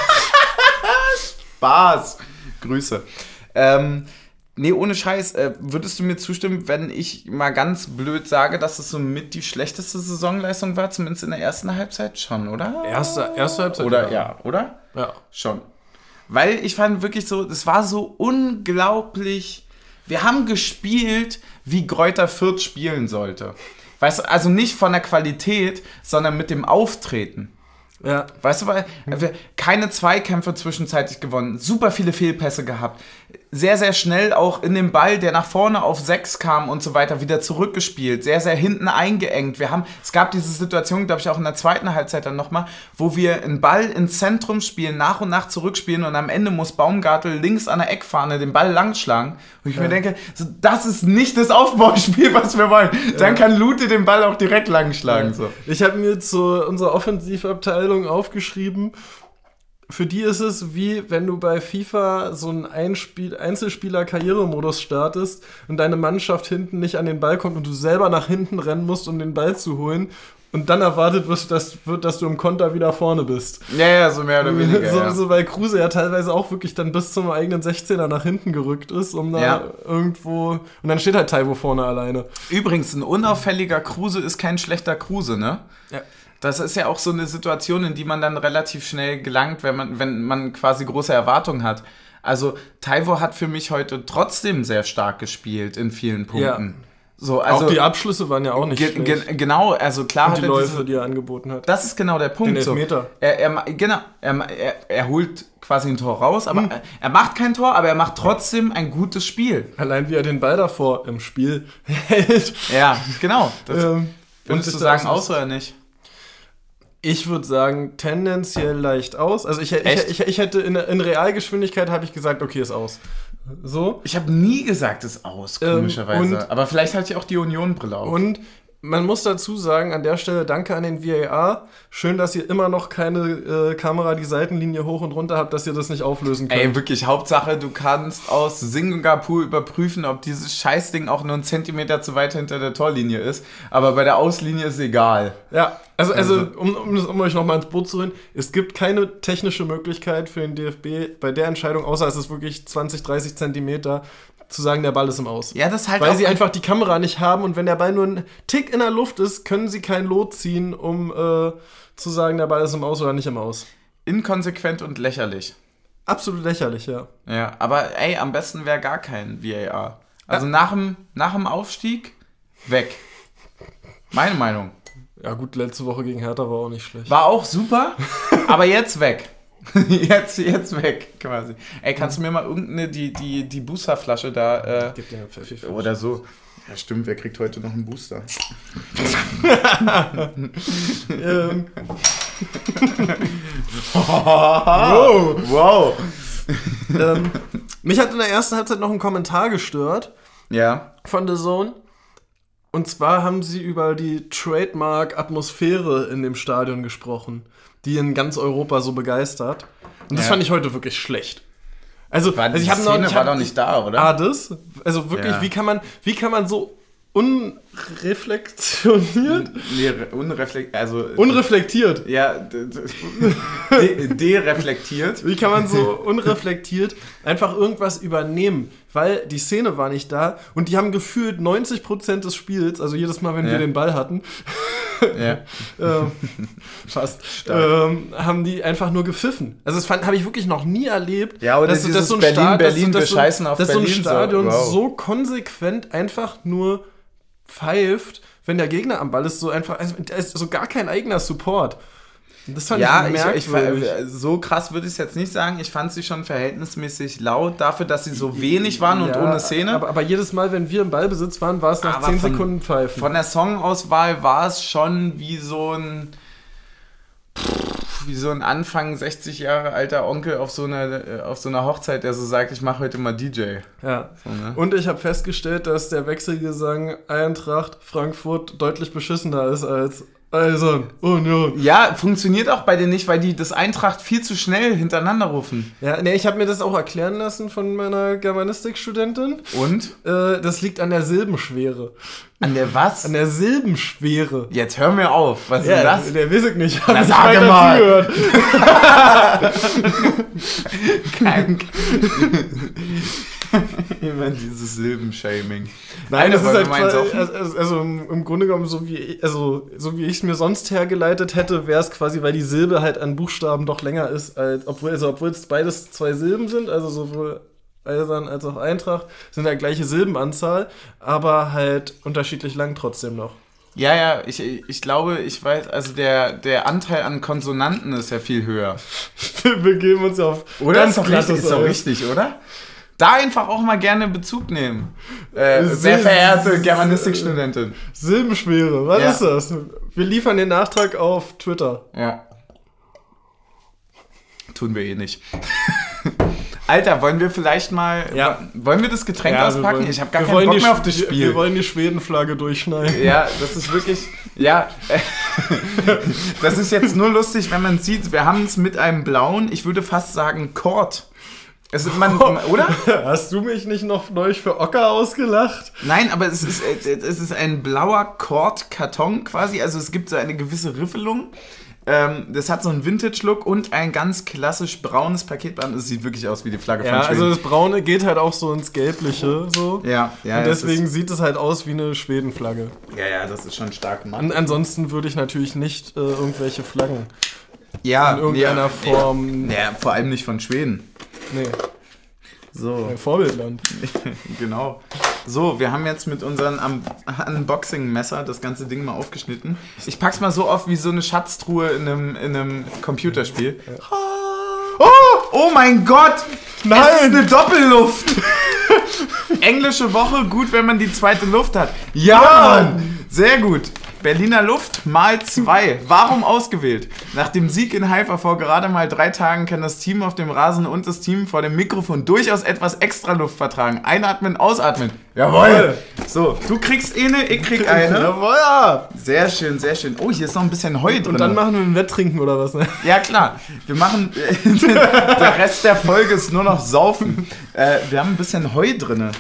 Spaß. Grüße. Ähm, nee, ohne Scheiß. Äh, würdest du mir zustimmen, wenn ich mal ganz blöd sage, dass es somit die schlechteste Saisonleistung war, zumindest in der ersten Halbzeit schon, oder? Erste, erste Halbzeit. Oder, ja, oder? Ja. Schon. Weil ich fand wirklich so, es war so unglaublich. Wir haben gespielt, wie Greuther Fürth spielen sollte. Weißt du, also nicht von der Qualität, sondern mit dem Auftreten. Ja. Weißt du, weil wir keine Zweikämpfe zwischenzeitlich gewonnen, super viele Fehlpässe gehabt, sehr, sehr schnell auch in den Ball, der nach vorne auf sechs kam und so weiter, wieder zurückgespielt, sehr, sehr hinten eingeengt. Wir haben, es gab diese Situation, glaube ich, auch in der zweiten Halbzeit dann nochmal, wo wir einen Ball ins Zentrum spielen, nach und nach zurückspielen und am Ende muss Baumgartel links an der Eckfahne den Ball langschlagen. Und ich Ja. mir denke, so, das ist nicht das Aufbauspiel, was wir wollen. Dann kann Lute den Ball auch direkt langschlagen. So. Ich habe mir zu unserer Offensivabteilung aufgeschrieben, für die ist es wie, wenn du bei FIFA so einen Einspiel- Einzelspieler-Karrieremodus startest und deine Mannschaft hinten nicht an den Ball kommt und du selber nach hinten rennen musst, um den Ball zu holen und dann erwartet wird, dass, wird, dass du im Konter wieder vorne bist. Ja, ja, so mehr oder weniger. so, ja. so, weil Kruse ja teilweise auch wirklich dann bis zum eigenen sechzehner nach hinten gerückt ist, um da Ja. irgendwo... Und dann steht halt Taiwo vorne alleine. Übrigens, ein unauffälliger Kruse ist kein schlechter Kruse, ne? Ja. Das ist ja auch so eine Situation, in die man dann relativ schnell gelangt, wenn man, wenn man quasi große Erwartungen hat. Also Taiwo hat für mich heute trotzdem sehr stark gespielt in vielen Punkten. Ja. So, also, auch die Abschlüsse waren ja auch nicht ge- schlecht. ge- Genau, also klar Und hat die er Läufe, diese, die er angeboten hat. das ist genau der Punkt. Den Elfmeter. So. Er, er, ma- genau, er, ma- er, er holt quasi ein Tor raus, aber hm. er macht kein Tor, aber er macht trotzdem ein gutes Spiel. Allein wie er den Ball davor im Spiel hält. Ja, genau. Das, ähm, würdest du sagen, aus oder nicht? Ich würde sagen, tendenziell leicht aus. Also ich, ich, ich, ich hätte in, in Realgeschwindigkeit habe ich gesagt, okay, ist aus. So. Ich habe nie gesagt, ist aus, komischerweise. Ähm, und, aber vielleicht hatte ich auch die Union-Brille auf. Und man muss dazu sagen, an der Stelle danke an den V A R. Schön, dass ihr immer noch keine äh, Kamera die Seitenlinie hoch und runter habt, dass ihr das nicht auflösen könnt. Ey, wirklich, Hauptsache, du kannst aus Singapur überprüfen, ob dieses Scheißding auch nur einen Zentimeter zu weit hinter der Torlinie ist. Aber bei der Auslinie ist egal. Ja, also, also um, um, das, um euch nochmal ins Boot zu holen, es gibt keine technische Möglichkeit für den D F B bei der Entscheidung, außer es ist wirklich zwanzig, dreißig Zentimeter, zu sagen, der Ball ist im Aus. Ja, das halt Weil auch sie einfach die Kamera nicht haben und wenn der Ball nur ein Tick in der Luft ist, können sie kein Lot ziehen, um äh, zu sagen, der Ball ist im Aus oder nicht im Aus. Inkonsequent und lächerlich. Absolut lächerlich, ja. Ja, aber ey, am besten wäre gar kein V A R. Also ja. nach, dem, nach dem Aufstieg, weg. Meine Meinung. Ja gut, letzte Woche gegen Hertha war auch nicht schlecht. War auch super, aber jetzt weg. Jetzt, jetzt weg, quasi. Ey, kannst du mir mal irgendeine, die, die, die Boosterflasche da, äh, Gib dir eine Pfeffi-Flasche. Oder so. Ja, stimmt, wer kriegt heute noch einen Booster? ähm. wow. Wow. ähm, mich hat in der ersten Halbzeit noch ein Kommentar gestört. Ja. Von The Zone. Und zwar haben sie über die Trademark-Atmosphäre in dem Stadion gesprochen, die in ganz Europa so begeistert. Und das ja. fand ich heute wirklich schlecht. Also, war also ich habe noch, ich war hab, doch nicht da, oder? Ah, das? Also wirklich, ja. wie kann man, wie kann man so unreflektioniert? Nee, unreflektiert, also... Unreflektiert. Ja, de- dereflektiert. Wie kann man so unreflektiert einfach irgendwas übernehmen? Weil die Szene war nicht da und die haben gefühlt neunzig Prozent des Spiels, also jedes Mal, wenn ja. wir den Ball hatten, ja. ähm, fast, ähm, haben die einfach nur gepfiffen. Also das habe ich wirklich noch nie erlebt. Ja, oder dass, dieses dass so ein Berlin, Stadion, Berlin, dass, wir scheißen auf dass Berlin. Dass so ein Stadion so, wow. so konsequent einfach nur pfeift, wenn der Gegner am Ball ist, so einfach, also da ist so gar kein eigener Support. Das fand ja, ich merkwürdig. Ich, ich, so krass würde ich es jetzt nicht sagen. Ich fand sie schon verhältnismäßig laut dafür, dass sie so wenig waren und ja, ohne Szene. Aber, aber jedes Mal, wenn wir im Ballbesitz waren, war es nach zehn Sekunden pfeifen. Von der Songauswahl war es schon wie so ein wie so ein Anfang sechzig Jahre alter Onkel auf so einer auf so einer Hochzeit, der so sagt, ich mache heute mal D J. Ja. So, ne? Und ich habe festgestellt, dass der Wechselgesang Eintracht Frankfurt deutlich beschissener ist als Also, Union. Ja, funktioniert auch bei denen nicht, weil die das Eintracht viel zu schnell hintereinander rufen. Ja, nee, ich habe mir das auch erklären lassen von meiner Germanistikstudentin. Und? Äh, das liegt an der Silbenschwere. An der was? An der Silbenschwere. Jetzt hör mir auf. Was ja, ist das? Der, der weiß ich nicht. Na, sag mal. Kein... Immer dieses Silbenshaming. Nein, das ist halt quasi, also, also im Grunde genommen, so wie, also, so wie ich es mir sonst hergeleitet hätte, wäre es quasi, weil die Silbe halt an Buchstaben doch länger ist, als, obwohl, also, obwohl es beides zwei Silben sind, also sowohl Eisern als auch Eintracht, sind ja gleiche Silbenanzahl, aber halt unterschiedlich lang trotzdem noch. Ja, ja, ich, ich glaube, ich weiß, also der, der Anteil an Konsonanten ist ja viel höher. Wir begeben uns auf oder? Ganz ist doch richtig, ist doch richtig, oder? Da einfach auch mal gerne Bezug nehmen. Äh, sehr verehrte Germanistikstudentin. Silbenschwere, was ja. ist das? Wir liefern den Nachtrag auf Twitter. Ja. Tun wir eh nicht. Alter, wollen wir vielleicht mal... Ja. Wollen wir das Getränk ja, auspacken? Wollen, ich habe gar keinen Bock die, mehr auf das Spiel. Wir wollen die Schwedenflagge durchschneiden. Ja, das ist wirklich... Ja, das ist jetzt nur lustig, wenn man sieht, wir haben es mit einem blauen, ich würde fast sagen, Kord. Es ist man, oder? Hast du mich nicht noch neulich für Ocker ausgelacht? Nein, aber es ist, es ist ein blauer Kord-Karton quasi. Also es gibt so eine gewisse Riffelung. Ähm, das hat so einen Vintage-Look und ein ganz klassisch braunes Paketband. Es sieht wirklich aus wie die Flagge Ja, von Schweden. also das Braune geht halt auch so ins Gelbliche. So. Ja, ja. Und deswegen ist, sieht es halt aus wie eine Schwedenflagge. Ja, ja, das ist schon stark gemacht. An, ansonsten würde ich natürlich nicht äh, irgendwelche Flaggen ja, in irgendeiner ja, Form... Ja, vor allem nicht von Schweden. Nee, So. ein Vorbildland. Genau. So, wir haben jetzt mit unserem Un- Unboxing-Messer das ganze Ding mal aufgeschnitten. Ich pack's mal so oft wie so eine Schatztruhe in einem, in einem Computerspiel. Oh, oh mein Gott! Nein! Es ist eine Doppelluft! Englische Woche, gut, wenn man die zweite Luft hat. Ja, Mann! Sehr gut. Berliner Luft mal zwei. Warum ausgewählt? Nach dem Sieg in Haifa vor gerade mal drei Tagen kann das Team auf dem Rasen und das Team vor dem Mikrofon durchaus etwas extra Luft vertragen. Einatmen, ausatmen. Jawohl! So, du kriegst eine, ich krieg eine. Jawohl, ja. Sehr schön, sehr schön. Oh, hier ist noch ein bisschen Heu drin. Und dann machen wir ein Wetttrinken oder was, ne? Ja, klar. Wir machen... der Rest der Folge ist nur noch Saufen. Äh, wir haben ein bisschen Heu drin.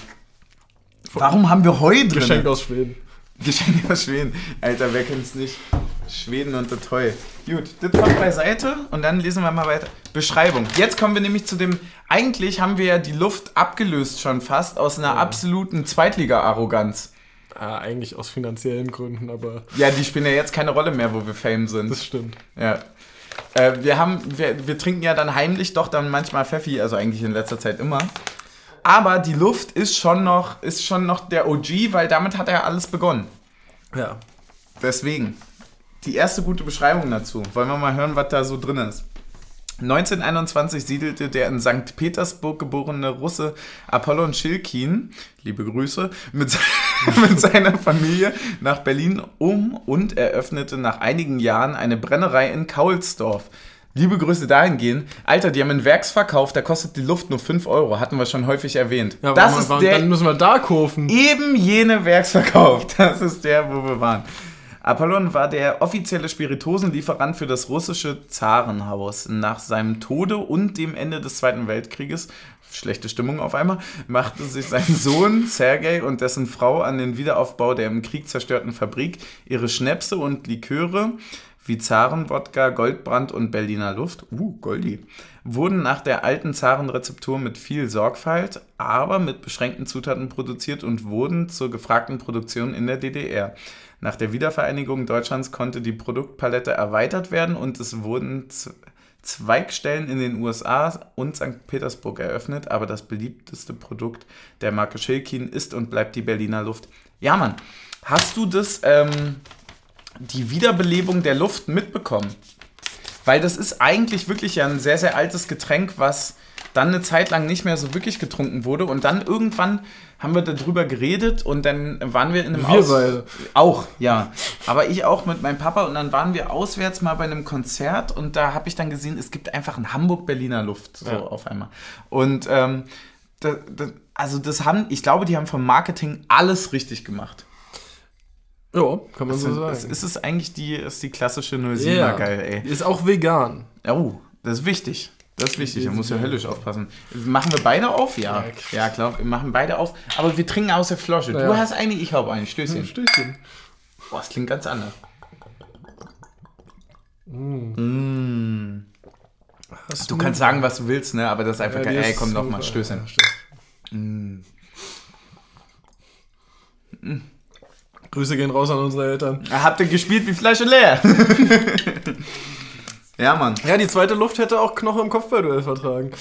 Warum haben wir Heu drin? Geschenk aus Schweden. Geschenk aus Schweden. Alter, wer kennt's nicht? Schweden und das Heu. Gut, das kommt beiseite und dann lesen wir mal weiter. Beschreibung. Jetzt kommen wir nämlich zu dem... Eigentlich haben wir ja die Luft abgelöst schon fast aus einer Ja. absoluten Zweitliga-Arroganz. Ah, eigentlich aus finanziellen Gründen, aber Ja, die spielen ja jetzt keine Rolle mehr, wo wir Fame sind. das stimmt. Ja. Äh, wir haben... Wir, wir trinken ja dann heimlich doch dann manchmal Pfeffi, also eigentlich in letzter Zeit immer. Aber die Luft ist schon noch, ist schon noch der O G, weil damit hat er alles begonnen. Ja. Deswegen, die erste gute Beschreibung dazu. Wollen wir mal hören, was da so drin ist. neunzehnhunderteinundzwanzig siedelte der in Sankt Petersburg geborene Russe Apollon Schilkin, liebe Grüße, mit, mit seiner Familie nach Berlin um und eröffnete nach einigen Jahren eine Brennerei in Kaulsdorf. Liebe Grüße dahingehend. Alter, die haben einen Werksverkauf, da kostet die Luft nur fünf Euro. Hatten wir schon häufig erwähnt. Ja, das warum- ist warum- der, dann müssen wir da kaufen. eben jene Werksverkauf. Das ist der, wo wir waren. Apollon war der offizielle Spirituosenlieferant für das russische Zarenhaus. Nach seinem Tode und dem Ende des Zweiten Weltkrieges, schlechte Stimmung auf einmal, machte sich sein Sohn Sergei und dessen Frau an den Wiederaufbau der im Krieg zerstörten Fabrik. Ihre Schnäpse und Liköre wie Zarenwodka, Goldbrand und Berliner Luft, uh, Goldi, wurden nach der alten Zarenrezeptur mit viel Sorgfalt, aber mit beschränkten Zutaten produziert und wurden zur gefragten Produktion in der D D R. Nach der Wiedervereinigung Deutschlands konnte die Produktpalette erweitert werden und es wurden Z- Zweigstellen in den U S A und Sankt Petersburg eröffnet, aber das beliebteste Produkt der Marke Schilkin ist und bleibt die Berliner Luft. Ja, Mann, hast du das... Ähm, die Wiederbelebung der Luft mitbekommen. Weil das ist eigentlich wirklich ja ein sehr, sehr altes Getränk, was dann eine Zeit lang nicht mehr so wirklich getrunken wurde. Und dann irgendwann haben wir darüber geredet und dann waren wir in einem... Wir Aus- beide. Auch, ja. Aber ich auch mit meinem Papa und dann waren wir auswärts mal bei einem Konzert und da habe ich dann gesehen, es gibt einfach ein Hamburg-Berliner Luft, so Ja. auf einmal. Und ähm, da, da, also das haben, ich glaube, die haben vom Marketing alles richtig gemacht. Ja, kann man so Also, sagen. es ist es eigentlich die, ist die klassische null siebener, geil, ey. Ist auch vegan. Oh, das ist wichtig. Das ist wichtig, da muss ja Ja. höllisch aufpassen. Machen wir beide auf? Ja. Ja, Ja, klar, wir machen beide auf. Aber wir trinken aus der Flasche. Du Ja. hast eine, ich habe eine. Stößchen. Stößchen. Boah, das klingt ganz anders. Mm. Du kannst sagen, was du willst, ne? Aber das ist einfach Ja, geil. die Ey, ist komm doch mal, super. Stößchen. Ja, Stößchen. Mm. Grüße gehen raus an unsere Eltern. Habt ihr gespielt wie Flasche leer? Ja, Mann. Ja, die zweite Luft hätte auch Knoche im Kopfballduell vertragen.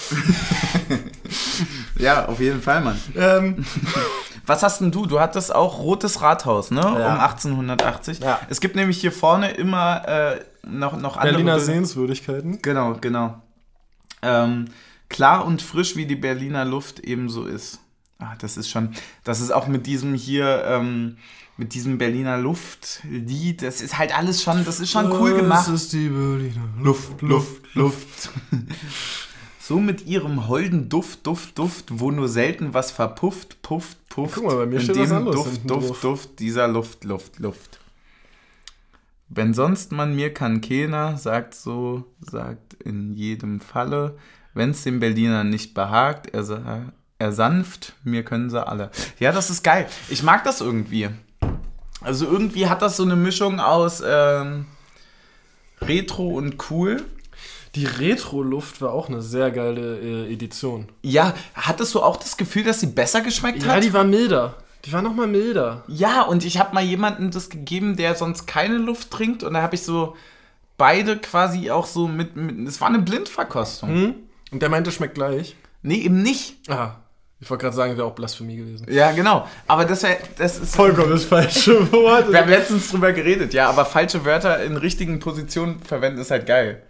Ja, auf jeden Fall, Mann. Ähm, Was hast denn du? Du hattest auch Rotes Rathaus, ne? Ja. Um achtzehnhundertachtzig. Ja. Es gibt nämlich hier vorne immer äh, noch, noch andere... Berliner Bilder. Sehenswürdigkeiten. Genau, genau. Ähm, klar und frisch, wie die Berliner Luft ebenso ist. Ah, das ist schon... Das ist auch mit diesem hier... Ähm, mit diesem Berliner Luftlied, das ist halt alles schon... Das ist schon cool gemacht. Das ist die Berliner Luft, Luft, Luft. So mit ihrem holden Duft, Duft, Duft, wo nur selten was verpufft, pufft, pufft. Guck mal, bei mir in steht dem was anderes Duft, hinten Duft, drauf. Duft dieser Luft, Luft, Luft. Wenn sonst man mir kann keiner, sagt so, sagt in jedem Falle, wenn's dem Berliner nicht behagt, er, sa- er sanft, mir können sie alle. Ja, das ist geil. Ich mag das irgendwie. Also irgendwie hat das so eine Mischung aus ähm, retro und cool. Die Retro-Luft war auch eine sehr geile äh, Edition. Ja, hattest du auch das Gefühl, dass sie besser geschmeckt Ja, hat? die war milder. Die war nochmal milder. Ja, und ich habe mal jemandem das gegeben, der sonst keine Luft trinkt. Und da habe ich so beide quasi auch so mit, mit es war eine Blindverkostung. Hm? Und der meinte, schmeckt gleich. Nee, eben nicht. Ah, ich wollte gerade sagen, wäre auch Blasphemie gewesen. Ja, genau. Aber das, wär, das ist... Vollkommen das falsche Wort. Wir haben letztens drüber geredet, ja, aber falsche Wörter in richtigen Positionen verwenden ist halt geil.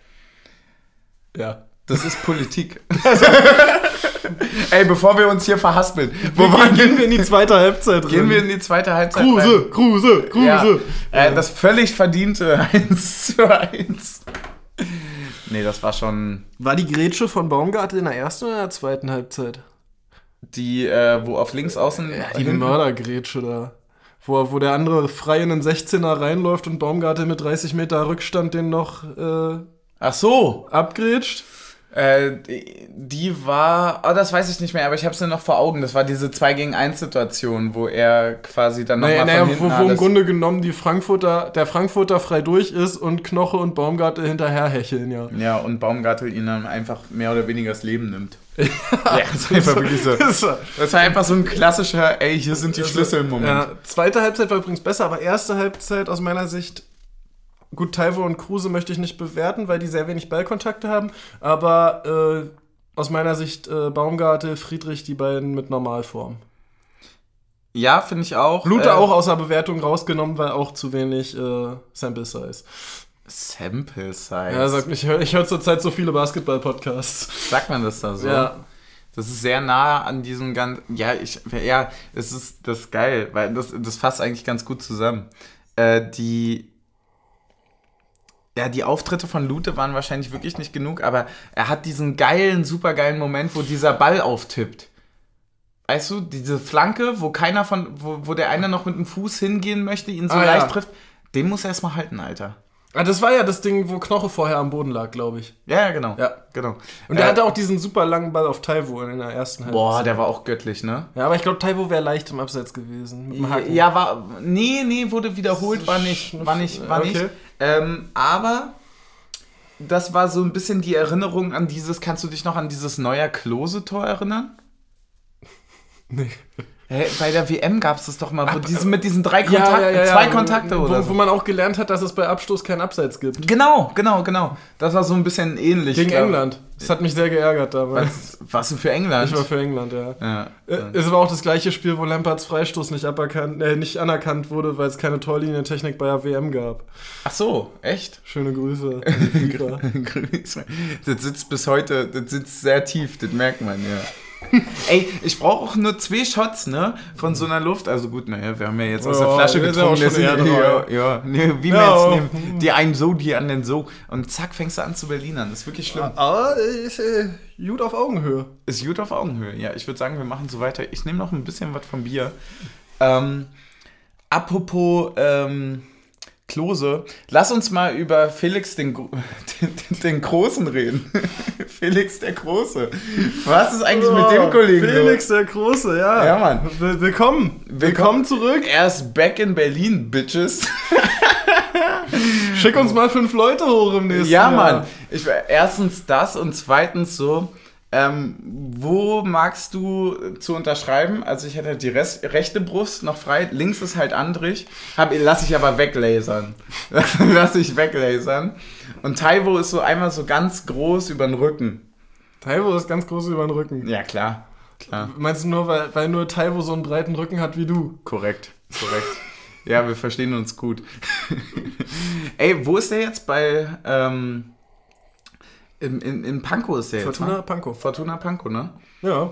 Ja. Das ist Politik. Ey, bevor wir uns hier verhaspeln, wo wir waren gehen wir in die zweite Halbzeit rein? Gehen wir in die zweite Halbzeit Kruse, rein. Kruse, Kruse. Ja, äh, Ja. das völlig verdiente eins zu eins. Nee, das war schon War die Grätsche von Baumgartel in der ersten oder in der zweiten Halbzeit? die, äh, wo auf links außen... Ja, die hinten- Mördergrätsche da. Wo, wo der andere frei in den sechzehner reinläuft und Baumgartel mit dreißig Meter Rückstand den noch äh, Ach so, abgrätscht. äh, die, die war... Oh, das weiß ich nicht mehr, aber ich habe es noch vor Augen. Das war diese zwei gegen eins Situation, wo er quasi dann nochmal Naja, von naja, hinten wo, wo im alles- Grunde genommen die Frankfurter, der Frankfurter frei durch ist und Knoche und Baumgartel hinterher hecheln, ja. Ja, und Baumgartel ihn dann einfach mehr oder weniger das Leben nimmt. Ja, das ist einfach wirklich so. Das war- Das war einfach so ein klassischer, ey, hier sind die Schlüssel-Moment. Ja, zweite Halbzeit war übrigens besser, aber erste Halbzeit aus meiner Sicht, gut, Taiwo und Kruse möchte ich nicht bewerten, weil die sehr wenig Ballkontakte haben, aber äh, aus meiner Sicht äh, Baumgartel, Friedrich, die beiden mit Normalform. Ja, finde ich auch. Lute Äh, auch außer Bewertung rausgenommen, weil auch zu wenig äh, Sample Size. Sample Size. Ja, sagt, ich höre ich hör zurzeit so viele Basketball-Podcasts. Sagt man das da so? Ja. Das ist sehr nah an diesem ganzen. Ja, ich. Ja, es ist das ist geil, weil das, das fasst eigentlich ganz gut zusammen. Äh, die. Ja, die Auftritte von Lute waren wahrscheinlich wirklich nicht genug, aber er hat diesen geilen, supergeilen Moment, wo dieser Ball auftippt. Weißt du, diese Flanke, wo keiner von, wo, wo der eine noch mit dem Fuß hingehen möchte, ihn so Ah, leicht ja. trifft, den muss er erstmal halten, Alter. Ah, das war ja das Ding, wo Knoche vorher am Boden lag, glaube ich. Ja, ja, genau. Ja. genau. Und er Äh, hatte auch diesen super langen Ball auf Taiwo in der ersten Halbzeit. Boah, der war auch göttlich, ne? Ja, aber ich glaube, Taiwo wäre leicht im Abseits gewesen. Mit dem Haken. Ja, war. Nee, nee, wurde wiederholt, war nicht. War nicht, war nicht. Okay. Ähm, aber das war so ein bisschen die Erinnerung an dieses, kannst du dich noch an dieses Neuer Klose-Tor erinnern? Nee. Hä, bei der W M gab es das doch mal, wo diese, mit diesen drei Kontakten, Ja, ja, ja, ja. zwei Kontakte wo, oder wo so. man auch gelernt hat, dass es bei Abstoß kein Abseits gibt. Genau, genau, genau. Das war so ein bisschen ähnlich. Gegen glaub- England. Das hat mich sehr geärgert damals. Was, warst du für England? Ich war für England, ja. ja. Äh, Es war auch das gleiche Spiel, wo Lampards Freistoß nicht, aberkannt, äh, nicht anerkannt wurde, weil es keine Torlinientechnik bei der W M gab. Ach so, echt? Schöne Grüße. an die FIFA. Grüß. Das sitzt bis heute, das sitzt sehr tief, das merkt man, ja. Ey, ich brauche auch nur zwei Shots, ne, von so einer Luft. Also gut, naja, wir haben ja jetzt aus der Ja, Flasche wir sind auch getrunken. schon eher deswegen- ja, drei. ja, nee, wie Ja, man auch. jetzt nimmt. Die einen so, die anderen so. Und zack, fängst du an zu Berlinern. Das ist wirklich schlimm. Aber ist äh, gut auf Augenhöhe. Ist gut auf Augenhöhe. Ja, ich würde sagen, wir machen so weiter. Ich nehme noch ein bisschen was vom Bier. Ähm, apropos ähm, Klose, lass uns mal über Felix den, Gro- den, den, den Großen reden. Felix der Große. Was ist eigentlich mit dem Kollegen los? Felix der Große, ja. Ja, Mann. Will- Willkommen. Willkommen zurück. Er ist back in Berlin, Bitches. Schick uns mal fünf Leute hoch im nächsten Ja, Jahr. Mann. Ich, erstens das und zweitens so, ähm, wo magst du zu unterschreiben? Also ich hätte die Rest, rechte Brust noch frei, links ist halt Andrich. Hab, lass ich aber weglasern. lass ich weglasern. Und Taiwo ist so einmal so ganz groß über den Rücken. Taiwo ist ganz groß über den Rücken. Ja, klar. Klar. Meinst du nur, weil, weil nur Taiwo so einen breiten Rücken hat wie du? Korrekt. Korrekt. Ja, wir verstehen uns gut. Ey, wo ist der jetzt? Bei, ähm, in, in, in Pankow ist der jetzt, Fortuna ne? Pankow. Fortuna Pankow, ne? Ja.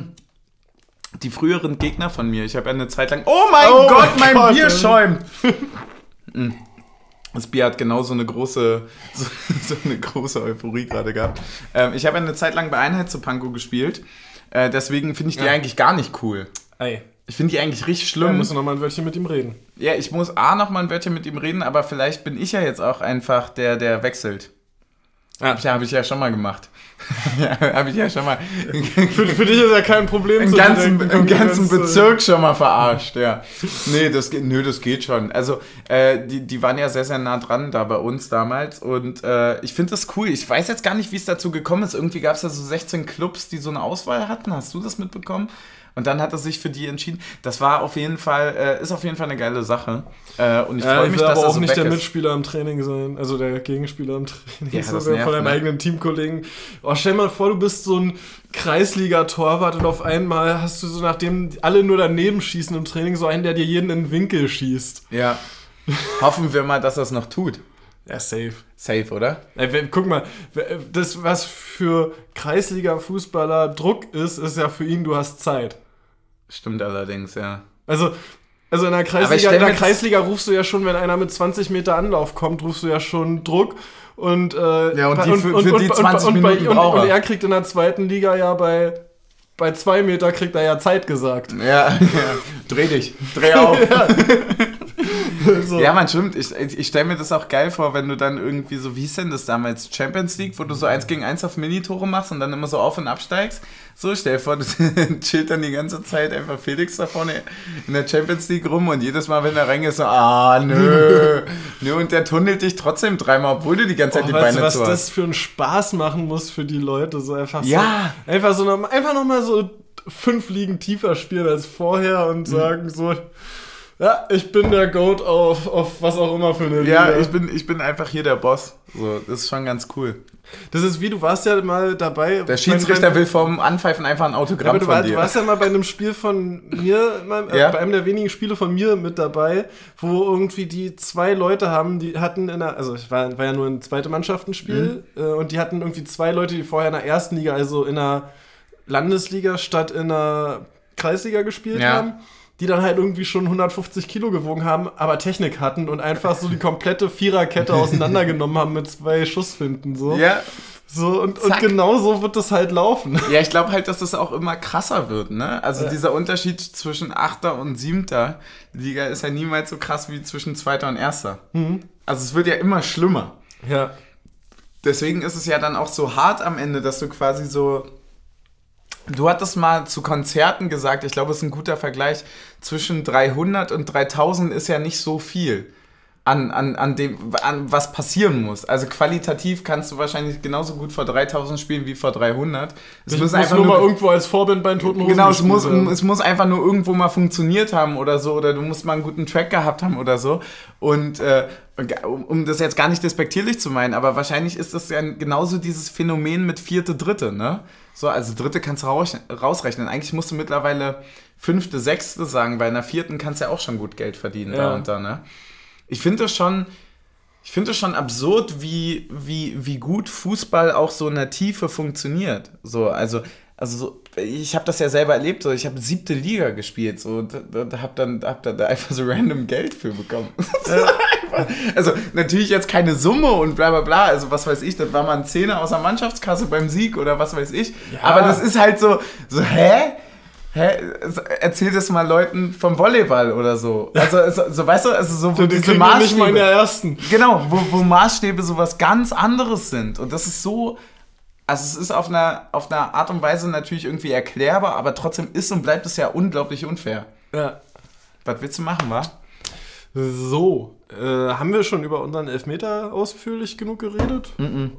Die früheren Gegner von mir. Ich habe ja eine Zeit lang... Oh mein Oh Gott, mein mein Gott, Bier ey. schäumt! Mm. Das Bier hat genau so eine große, so, so eine große Euphorie gerade gehabt. Ähm, ich habe ja eine Zeit lang bei Einheit zu Pankow gespielt. Äh, deswegen finde ich die Ja. eigentlich gar nicht cool. Ey. Ich finde die eigentlich richtig Wir schlimm. müssen noch mal ein Wörtchen mit ihm reden. Ja, ich muss A, noch mal ein Wörtchen mit ihm reden, aber vielleicht bin ich ja jetzt auch einfach der, der wechselt. Ja, habe ich, hab ich ja schon mal gemacht. ja, habe ich ja schon mal. für, für dich ist ja kein Problem. Im ganzen, denken, im ganzen Bezirk schon mal verarscht, ja. Nee, das geht, nö, das geht schon. Also, äh, die, die waren ja sehr, sehr nah dran da bei uns damals und äh, ich finde das cool. Ich weiß jetzt gar nicht, wie es dazu gekommen ist. Irgendwie gab es ja so sechzehn Clubs, die so eine Auswahl hatten. Hast du das mitbekommen? Und dann hat er sich für die entschieden. Das war auf jeden Fall, äh, ist auf jeden Fall eine geile Sache. Äh, und ich ja, freue mich, dass aber er auch so nicht der ist. Mitspieler im Training sein, also der Gegenspieler im Training, ja, so, nervt, von deinem ne? eigenen Teamkollegen. Oh, stell dir mal vor, du bist so ein Kreisliga-Torwart und auf einmal hast du so, nachdem alle nur daneben schießen im Training, so einen, der dir jeden in den Winkel schießt. Ja. Hoffen wir mal, dass er es noch tut. Ja, safe. Safe, oder? Ey, guck mal, das, was für Kreisliga-Fußballer Druck ist, ist ja für ihn, du hast Zeit. Stimmt allerdings, ja. Also, also in der Kreisliga, in der Kreisliga rufst du ja schon, wenn einer mit zwanzig Meter Anlauf kommt, rufst du ja schon Druck. Und, äh, ja, und, die, für, und, für und, die zwanzig und, Minuten und, braucht und, und er kriegt in der zweiten Liga ja bei, bei zwei Meter kriegt er ja Zeit gesagt. Ja, ja. Dreh dich, dreh auf. ja. So. Ja, man, stimmt. Ich, ich stelle mir das auch geil vor, wenn du dann irgendwie so, wie hieß denn das damals, Champions League, wo du so eins gegen eins auf Minitore machst und dann immer so auf- und absteigst. So, stell dir vor, du chillt dann die ganze Zeit einfach Felix da vorne in der Champions League rum und jedes Mal, wenn er reingeht, so, ah, nö, nö, und der tunnelt dich trotzdem dreimal, obwohl du die ganze Zeit oh, die Beine zu hast. Was das für einen Spaß machen muss für die Leute, so einfach ja. so, einfach so, noch, einfach nochmal so fünf Ligen tiefer spielen als vorher und sagen mhm. so, ja, ich bin der Goat auf, auf was auch immer für eine Liga. Ja, ich bin, ich bin einfach hier der Boss. So, das ist schon ganz cool. Das ist wie, du warst ja mal dabei... Der Schiedsrichter beim, will vom Anpfeifen einfach ein Autogramm ja, von war, dir. Du warst ja mal bei einem Spiel von mir, äh, ja? bei einem der wenigen Spiele von mir mit dabei, wo irgendwie die zwei Leute haben, die hatten in der... Also ich war, war ja nur ein zweite Mannschaftenspiel mhm. äh, und die hatten irgendwie zwei Leute, die vorher in der ersten Liga, also in der Landesliga statt in der Kreisliga gespielt ja. haben. Die dann halt irgendwie schon hundertfünfzig Kilo gewogen haben, aber Technik hatten und einfach so die komplette Viererkette auseinandergenommen haben mit zwei Schussfinten. So. Ja. So, und, und genau so wird das halt laufen. Ja, ich glaube halt, dass das auch immer krasser wird, ne? Also ja. dieser Unterschied zwischen Achter und Siebter Liga ist ja niemals so krass wie zwischen Zweiter und Erster. Mhm. Also es wird ja immer schlimmer. Ja. Deswegen ist es ja dann auch so hart am Ende, dass du quasi so... Du hattest mal zu Konzerten gesagt, ich glaube, es ist ein guter Vergleich, zwischen dreihundert und dreitausend ist ja nicht so viel an, an, an dem, an was passieren muss. Also qualitativ kannst du wahrscheinlich genauso gut vor dreitausend spielen wie vor dreihundert. Es ich muss muss einfach nur nur mal irgendwo als Vorband bei den Toten Hosen Genau, es muss, werden. es muss einfach nur irgendwo mal funktioniert haben oder so, oder du musst mal einen guten Track gehabt haben oder so. Und äh, um das jetzt gar nicht despektierlich zu meinen, aber wahrscheinlich ist das ja genauso dieses Phänomen mit vierte, dritte, ne? So, also dritte kannst du raus, rausrechnen. Eigentlich musst du mittlerweile fünfte, sechste sagen. Bei einer vierten kannst du ja auch schon gut Geld verdienen, ja. da und da, ne? Ich finde das schon, ich finde das schon absurd, wie, wie, wie gut Fußball auch so in der Tiefe funktioniert. So, also, also so, ich habe das ja selber erlebt, so, ich habe siebte Liga gespielt, so, da, da habe dann hab da einfach so random Geld für bekommen. Also natürlich jetzt keine Summe und bla bla bla, also was weiß ich, das war mal ein Zehner aus der Mannschaftskasse beim Sieg oder was weiß ich, ja. Aber das ist halt so, so hä? Hä? Erzähl das mal Leuten vom Volleyball oder so. Also, so, so weißt du, also so wo diese Maßstäbe, nicht mal in der ersten. Genau, wo, wo Maßstäbe so was ganz anderes sind. Und das ist so, also es ist auf einer, auf einer Art und Weise natürlich irgendwie erklärbar, aber trotzdem ist und bleibt es ja unglaublich unfair. Ja. Was willst du machen, wa? So, äh, haben wir schon über unseren Elfmeter ausführlich genug geredet? Mhm.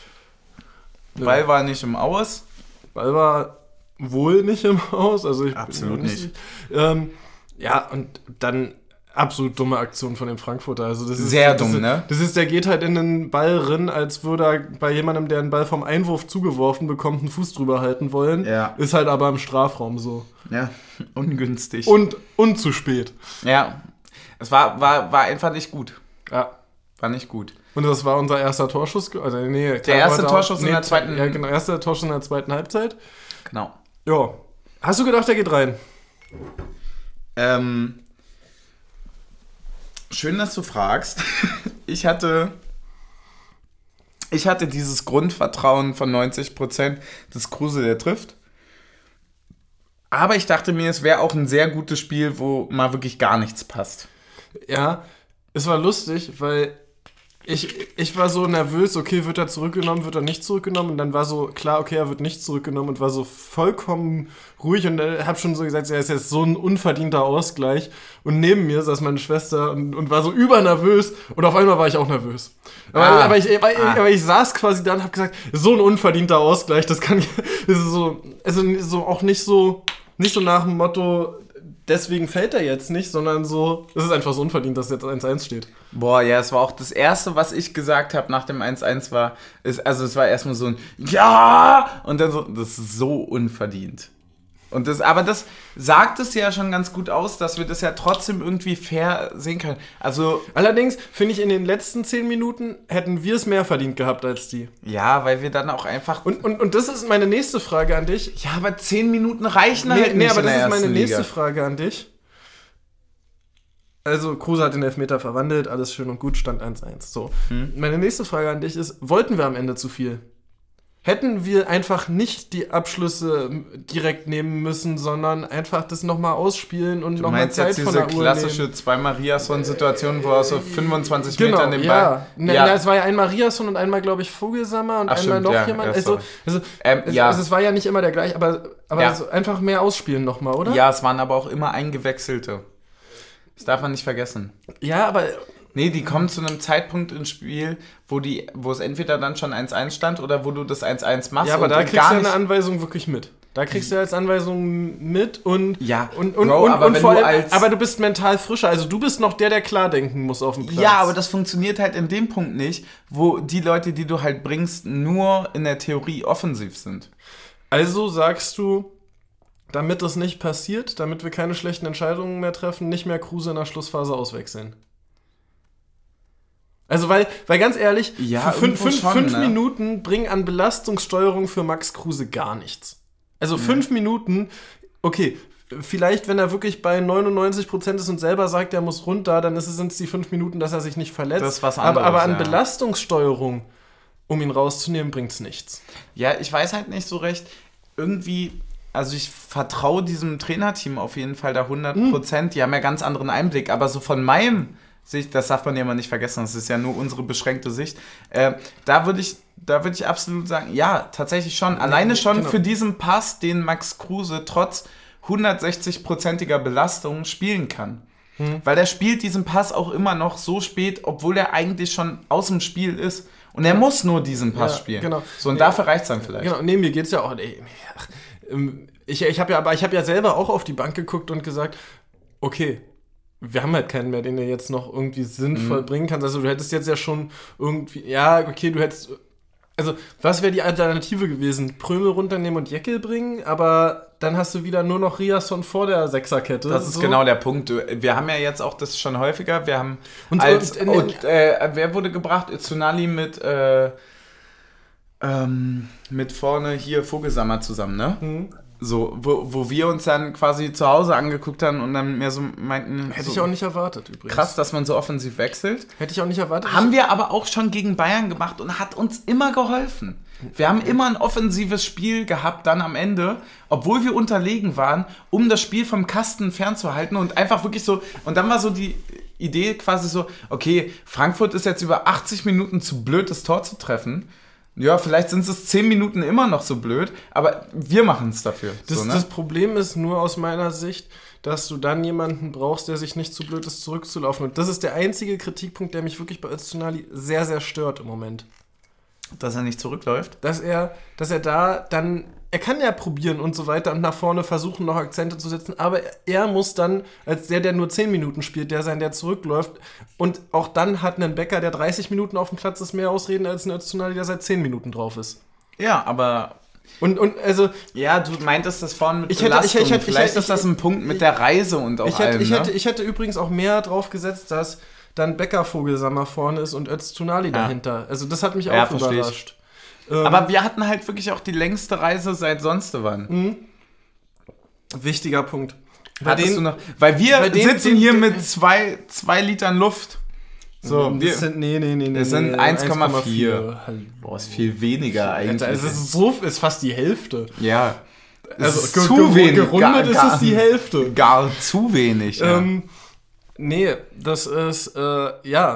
Ja. Ball war nicht im Aus. Ball war wohl nicht im Aus. Also ich absolut bin nicht. Ähm, ja, und dann absolut dumme Aktion von dem Frankfurter. Also das ist, sehr das dumm, ist, ne? Das ist, der geht halt in den Ball rein, als würde er bei jemandem, der einen Ball vom Einwurf zugeworfen bekommt, einen Fuß drüber halten wollen. Ja. Ist halt aber im Strafraum so. Ja, ungünstig. Und, und zu spät. Ja, es war, war, war einfach nicht gut. Ja. War nicht gut. Und das war unser erster Torschuss. Also nee, der erste Torschuss auch, nee, in der zweiten... Ja, genau, erster Torschuss in der zweiten Halbzeit. Genau. Ja. Hast du gedacht, der geht rein? Ähm... Schön, dass du fragst. Ich hatte, ich hatte dieses Grundvertrauen von neunzig Prozent, dass Kruse der trifft. Aber ich dachte mir, es wäre auch ein sehr gutes Spiel, wo mal wirklich gar nichts passt. Ja, es war lustig, weil Ich, ich war so nervös, okay, wird er zurückgenommen, wird er nicht zurückgenommen? Und dann war so klar, okay, er wird nicht zurückgenommen und war so vollkommen ruhig und äh, hab schon so gesagt, ja, ist jetzt so ein unverdienter Ausgleich. Und neben mir saß meine Schwester und, und war so übernervös und auf einmal war ich auch nervös. Aber, Ah. aber, ich, aber, Ah. aber ich saß quasi da und hab gesagt, so ein unverdienter Ausgleich, das kann das ist so, also so auch nicht so, nicht so nach dem Motto, deswegen fällt er jetzt nicht, sondern so, es ist einfach so unverdient, dass jetzt eins eins steht. Boah, ja, es war auch das Erste, was ich gesagt habe nach dem eins eins war, ist, also es war erstmal so ein Ja! Und dann so, das ist so unverdient. Und das, aber das sagt es ja schon ganz gut aus, dass wir das ja trotzdem irgendwie fair sehen können. Also, Allerdings finde ich, in den letzten zehn Minuten hätten wir es mehr verdient gehabt als die. ja, weil wir dann auch einfach... Und, und, und das ist meine nächste Frage an dich. ja, aber zehn Minuten reichen Nee, halt nee nicht aber in das der ist meine ersten nächste Liga. Frage an dich. Also, Kruse hat den Elfmeter verwandelt, alles schön und gut, Stand eins eins. So. Hm. Meine nächste Frage an dich ist, wollten wir am Ende zu viel? Hätten wir einfach nicht die Abschlüsse direkt nehmen müssen, sondern einfach das nochmal ausspielen und Du nochmal meinst Zeit jetzt von diese der Uhr klassische nehmen? zwei Mariason-Situation, wo er so fünfundzwanzig Genau, Meter den Ball... ja. Na, Ja. na, es war ja einmal Riasson und einmal, glaube ich, Vogelsammer und Ach, einmal stimmt, noch ja, jemand. ja, Also, sorry. also, Ähm, es, ja. also es war ja nicht immer der gleiche, aber, aber Ja. so einfach mehr ausspielen nochmal, oder? Ja, es waren aber auch immer eingewechselte. Das darf man nicht vergessen. Ja, aber Nee, die kommen zu einem Zeitpunkt ins Spiel, wo die, wo es entweder dann schon eins eins stand oder wo du das eins eins machst. Ja, aber und da du kriegst gar du ja nicht. eine Anweisung wirklich mit. Da kriegst du ja als Anweisung mit und Ja, und, und, Bro, und, aber und wenn vor du allem, als- aber du bist mental frischer, also du bist noch der, der klar denken muss auf dem Platz. Ja, aber das funktioniert halt in dem Punkt nicht, wo die Leute, die du halt bringst, nur in der Theorie offensiv sind. Also sagst du, damit das nicht passiert, damit wir keine schlechten Entscheidungen mehr treffen, nicht mehr Kruse in der Schlussphase auswechseln. Also, weil, weil ganz ehrlich, Ja, für fünf, irgendwo fünf, schon, fünf ne? Minuten bringen an Belastungssteuerung für Max Kruse gar nichts. Also fünf Minuten, okay, vielleicht, wenn er wirklich bei neunundneunzig Prozent ist und selber sagt, er muss runter, dann sind es die fünf Minuten, dass er sich nicht verletzt. Das ist was aber, anderes, aber an ja. Belastungssteuerung, um ihn rauszunehmen, bringt es nichts. Ja, ich weiß halt nicht so recht, irgendwie, also ich vertraue diesem Trainerteam auf jeden Fall da hundert Prozent, die haben ja ganz anderen Einblick, aber so von meinem Sicht, das darf man ja immer nicht vergessen, das ist ja nur unsere beschränkte Sicht, äh, da würde ich, da würde ich absolut sagen, ja, tatsächlich schon, alleine schon genau. für diesen Pass, den Max Kruse trotz hundertsechzig-prozentiger Belastung spielen kann. Weil der spielt diesen Pass auch immer noch so spät, obwohl er eigentlich schon aus dem Spiel ist. Und er muss nur diesen Pass Ja, spielen. genau. So, und Nee. dafür reicht es dann vielleicht. Genau, nee, mir geht's ja auch. Ey, ach, ähm, ich ich habe ja, aber ich habe ja selber auch auf die Bank geguckt und gesagt, okay, wir haben halt keinen mehr, den du jetzt noch irgendwie sinnvoll Mhm. bringen kannst. Also du hättest jetzt ja schon irgendwie, ja, okay, du hättest, also was wäre die Alternative gewesen? Prömel runternehmen und Jeckel bringen, aber dann hast du wieder nur noch Riasson vor der Sechserkette. Das ist so. genau der Punkt. Wir haben ja jetzt auch das schon häufiger. Wir haben Und- als und- und, äh, wer wurde gebracht? Tsunali mit äh, ähm, mit vorne hier Vogelsammer zusammen, ne? Hm. So, wo, wo wir uns dann quasi zu Hause angeguckt haben und dann mehr so meinten, Hätte so, ich auch nicht erwartet übrigens. krass, dass man so offensiv wechselt. Hätte ich auch nicht erwartet. Haben wir aber auch schon gegen Bayern gemacht und hat uns immer geholfen. Wir haben immer ein offensives Spiel gehabt dann am Ende, obwohl wir unterlegen waren, um das Spiel vom Kasten fernzuhalten und einfach wirklich so, und dann war so die Idee quasi so, okay, Frankfurt ist jetzt über achtzig Minuten zu blöd, das Tor zu treffen. Ja, vielleicht sind es zehn Minuten immer noch so blöd, aber wir machen es dafür. Das, so, ne? das Problem ist nur aus meiner Sicht, dass du dann jemanden brauchst, der sich nicht zu blöd ist, zurückzulaufen. Und das ist der einzige Kritikpunkt, der mich wirklich bei Öztunali sehr, sehr stört im Moment. Dass er nicht zurückläuft. Dass er, dass er da dann, er kann ja probieren und so weiter und nach vorne versuchen, noch Akzente zu setzen, aber er muss dann, als der, der nur zehn Minuten spielt, der sein, der zurückläuft, und auch dann hat ein Becker, der dreißig Minuten auf dem Platz ist, mehr Ausreden als ein Öztunali, der seit zehn Minuten drauf ist. Ja, aber Und, und also, ja, du meintest das vorhin mit Ich hätte- Belastung. ich hätte- ich Vielleicht hätte- ist das ein Punkt mit der Reise und auch Ich hätte, allem, ich, ne? hätte, ich hätte übrigens auch mehr drauf gesetzt, dass dann Becker Vogelsammer vorne ist und Öztunali Ja. dahinter. Also das hat mich Ja, auch versteh ich. überrascht. Ähm, Aber wir hatten halt wirklich auch die längste Reise seit sonst wann. wichtiger Punkt. Bei Hattest den- du noch, weil wir bei den- sitzen den- hier den- mit zwei, zwei Litern Luft. So, wir, das sind, nee, nee, nee, nee. das sind nee, eins Komma vier. Hallo. Boah, ist viel weniger eigentlich. Alter, es ist so, ist fast die Hälfte. ja. Es Also ist ge- zu ge- wenig. gerundet gar, ist gar, es die Hälfte. Gar zu wenig. Ja. Ähm, nee, das ist, äh, ja,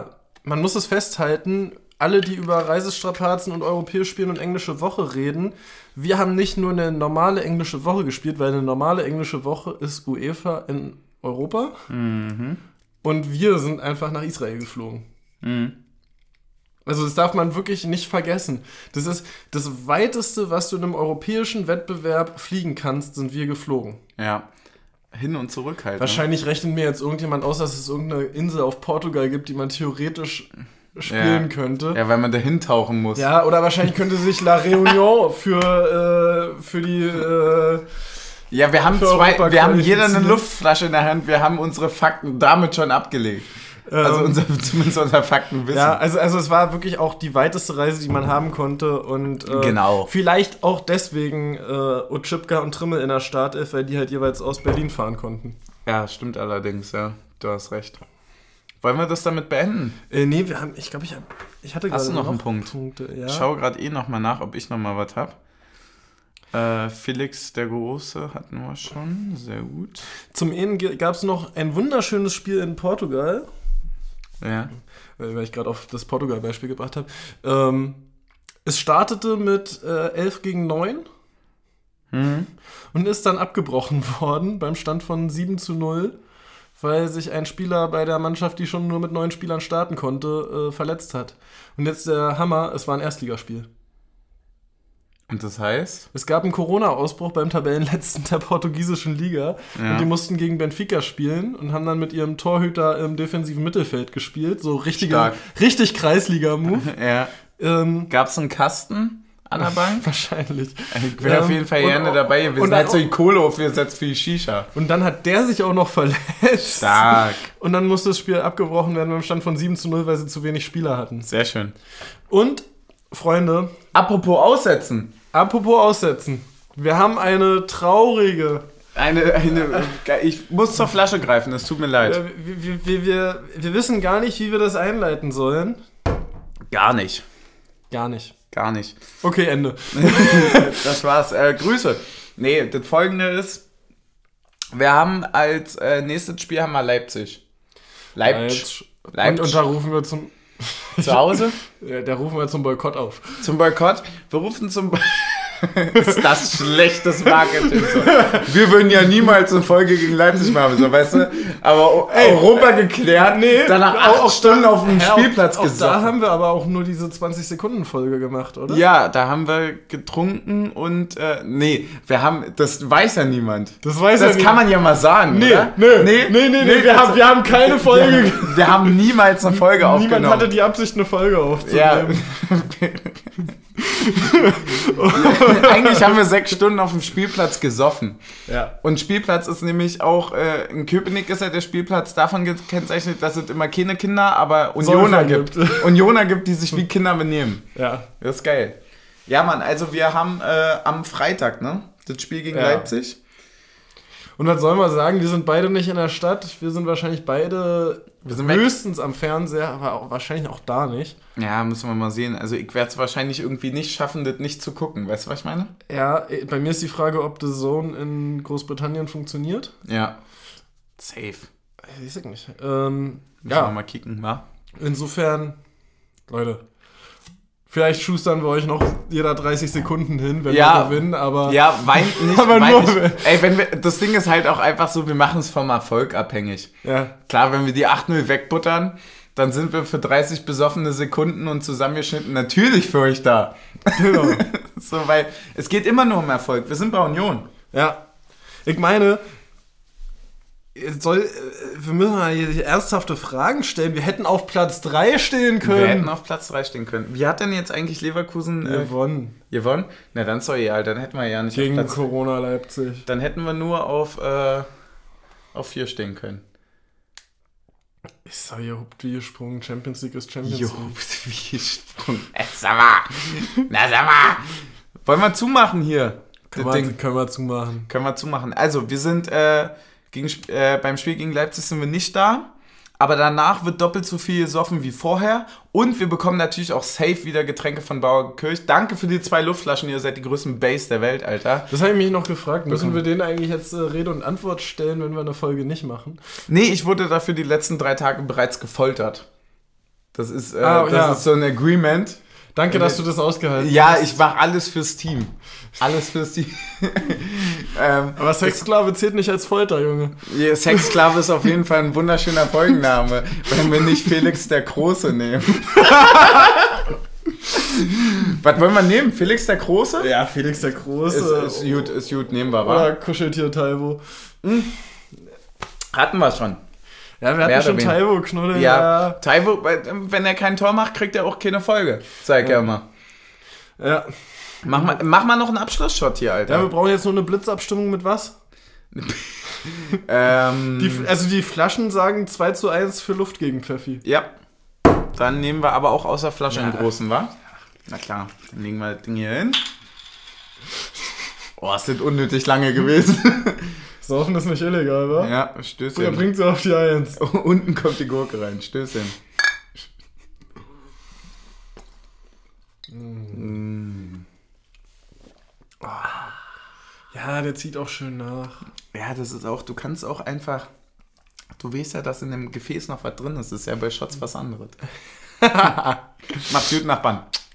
man muss es festhalten, alle, die über Reisestrapazen und europäisch spielen und englische Woche reden, wir haben nicht nur eine normale englische Woche gespielt, weil eine normale englische Woche ist UEFA in Europa. Mhm. Und wir sind einfach nach Israel geflogen. Mhm. Also das darf man wirklich nicht vergessen. Das ist das Weiteste, was du in einem europäischen Wettbewerb fliegen kannst, sind wir geflogen. Ja. Hin und zurück halt. Wahrscheinlich ne? rechnet mir jetzt irgendjemand aus, dass es irgendeine Insel auf Portugal gibt, die man theoretisch spielen ja. könnte. Ja, weil man da hintauchen muss. Ja, oder wahrscheinlich könnte sich La Réunion für, äh, für die... Äh, ja, wir haben zwei, wir haben jeder eine Luftflasche in der Hand, wir haben unsere Fakten damit schon abgelegt. Ähm, also unser, zumindest unser Faktenwissen. Ja, also, also es war wirklich auch die weiteste Reise, die man haben konnte und äh, genau. vielleicht auch deswegen äh, Otschipka und Trimmel in der Startelf, weil die halt jeweils aus Berlin fahren konnten. Ja, stimmt allerdings, ja. Du hast recht. Wollen wir das damit beenden? Äh, nee, wir haben, ich glaube, ich, hab, ich hatte gerade Hast du noch, noch einen Punkt? Punkte, ja. Ich schaue gerade eh nochmal nach, ob ich nochmal was habe. Äh, Felix der Große hatten wir schon, sehr gut. Zum einen gab es noch ein wunderschönes Spiel in Portugal. Ja. Weil ich gerade auf das Portugal-Beispiel gebracht habe. Ähm, es startete mit äh, elf gegen neun mhm. und ist dann abgebrochen worden beim Stand von sieben zu null, weil sich ein Spieler bei der Mannschaft, die schon nur mit neun Spielern starten konnte, äh, verletzt hat. Und jetzt der Hammer, es war ein Erstligaspiel. Und das heißt? Es gab einen Corona-Ausbruch beim Tabellenletzten der portugiesischen Liga. Ja. Und die mussten gegen Benfica spielen und haben dann mit ihrem Torhüter im defensiven Mittelfeld gespielt. So richtige, richtig Kreisliga-Move. Ja. Ähm, Gab es einen Kasten an der Bank? Wahrscheinlich. Ich bin ähm, auf jeden Fall gerne dabei. Wir sind halt so die Kohle aufgesetzt für die Shisha. Und dann hat der sich auch noch verletzt. Stark. Und dann musste das Spiel abgebrochen werden beim Stand von sieben zu null, weil sie zu wenig Spieler hatten. Sehr schön. Und, Freunde... Apropos aussetzen. Apropos aussetzen. Wir haben eine traurige... Eine, eine... Ich muss zur Flasche greifen, es tut mir leid. Wir, wir, wir, wir wissen gar nicht, wie wir das einleiten sollen. Gar nicht. Gar nicht. Gar nicht. Okay, Ende. Das war's. Äh, Grüße. Nee, das Folgende ist, wir haben als äh, nächstes Spiel haben wir Leipzig. Leipzig. Leipzig. Und, und da rufen wir zum... Zu Hause? Ja, da rufen wir zum Boykott auf. Zum Boykott? Wir rufen zum... Bo- ist das schlechtes Marketing so. Wir würden ja niemals eine Folge gegen Leipzig machen, so, weißt du? Aber ey, Europa geklärt, nee, danach acht auch Stunden auf dem ja, Spielplatz auch, gesoffen. Auch da haben wir aber auch nur diese zwanzig-Sekunden-Folge gemacht, oder? Ja, da haben wir getrunken und, äh, nee, wir haben, das weiß ja niemand. Das weiß das ja kann man ja mal sagen, nee, oder? Nee, nee, nee, nee, nee wir, haben, wir haben keine Folge. Wir, wir haben niemals eine Folge Niemand aufgenommen. Niemand hatte die Absicht, eine Folge aufzunehmen. Ja. Eigentlich haben wir sechs Stunden auf dem Spielplatz gesoffen. Ja. Und Spielplatz ist nämlich auch, äh, in Köpenick ist ja der Spielplatz davon gekennzeichnet, dass es immer keine Kinder, aber Unioner gibt. gibt. Unioner gibt, die sich wie Kinder benehmen. Ja. Das ist geil. Ja, Mann, also wir haben äh, am Freitag, ne? Das Spiel gegen ja. Leipzig. Und was soll man sagen, wir sind beide nicht in der Stadt. Wir sind wahrscheinlich beide wir sind höchstens weg. Am Fernseher, aber auch, wahrscheinlich auch da nicht. Ja, müssen wir mal sehen. Also ich werde es wahrscheinlich irgendwie nicht schaffen, das nicht zu gucken. Weißt du, was ich meine? Ja, bei mir ist die Frage, ob The Zone in Großbritannien funktioniert. Ja. Safe. Ich weiß nicht. Ähm, müssen ja. wir mal kicken, wa? Insofern, Leute, vielleicht schustern wir euch noch jeder dreißig Sekunden hin, wenn ja, wir gewinnen, aber... Ja, weint nicht, aber weint nur nicht. Ey, wenn wir, das Ding ist halt auch einfach so, wir machen es vom Erfolg abhängig. Ja. Klar, wenn wir die acht null wegbuttern, dann sind wir für dreißig besoffene Sekunden und zusammengeschnitten natürlich für euch da. Genau. So, weil es geht immer nur um Erfolg. Wir sind bei Union. Ja. Ich meine... Soll, wir müssen mal hier ernsthafte Fragen stellen. Wir hätten auf Platz drei stehen können. Wir hätten auf Platz drei stehen können. Wie hat denn jetzt eigentlich Leverkusen äh, gewonnen? Gewonnen? Na dann sorry, ja, dann hätten wir ja nicht gegen auf Platz... Corona Leipzig. Dann hätten wir nur auf, äh, auf vier stehen können. Ich sag, ihr habt wie gesprungen. Champions League ist Champions Ihr League. habt wie gesprungen. Äh, sag mal. Na, sag mal. Wollen wir zumachen hier? Können, wir, können wir zumachen. Können wir zumachen. Also, wir sind... Äh, Gegen, äh, beim Spiel gegen Leipzig sind wir nicht da, aber danach wird doppelt so viel gesoffen wie vorher und wir bekommen natürlich auch safe wieder Getränke von Bauernkirch. Danke für die zwei Luftflaschen, ihr seid die größten Base der Welt, Alter. Das habe ich mich noch gefragt, müssen wir denen eigentlich jetzt äh, Rede und Antwort stellen, wenn wir eine Folge nicht machen? Nee, ich wurde dafür die letzten drei Tage bereits gefoltert. Das ist, äh, Ah, das ja. ist so ein Agreement. Danke, dass du das ausgehalten Ja, hast. ich mache alles fürs Team. Alles fürs Team. ähm, Aber Sexsklave zählt nicht als Folter, Junge. ja, Sexsklave ist auf jeden Fall ein wunderschöner Folgenname, wenn wir nicht Felix der Große nehmen. Was wollen wir nehmen? Felix der Große? Ja, Felix der Große. Ist, ist gut, ist gut, nehmen wir, wa? Oder Kuscheltier Taiwo. Hatten wir schon. Ja, wir hatten Mehr schon oder weniger. Taiwo, Knuddel. Ja, Taiwo, wenn er kein Tor macht, kriegt er auch keine Folge. Sag ja mal. Ja. Mach mal, mach mal noch einen Abschlussshot hier, Alter. Ja, wir brauchen jetzt nur eine Blitzabstimmung mit was? ähm, Die, also die Flaschen sagen zwei zu eins für Luft gegen Pfeffi. ja. Dann nehmen wir aber auch aus der Flasche Ja. einen großen, wa? Na klar, dann legen wir das Ding hier hin. Oh, ist das unnötig lange gewesen. Saufen ist nicht illegal, wa? Ja, Oder Stößchen. bringt sie auf die Eins. Unten kommt die Gurke rein. Stößchen. Mm. Ja, der zieht auch schön nach. Ja, das ist auch, du kannst auch einfach, du weißt ja, dass in dem Gefäß noch was drin ist. Das ist ja bei Shots was anderes. Macht's gut, Nachbarn.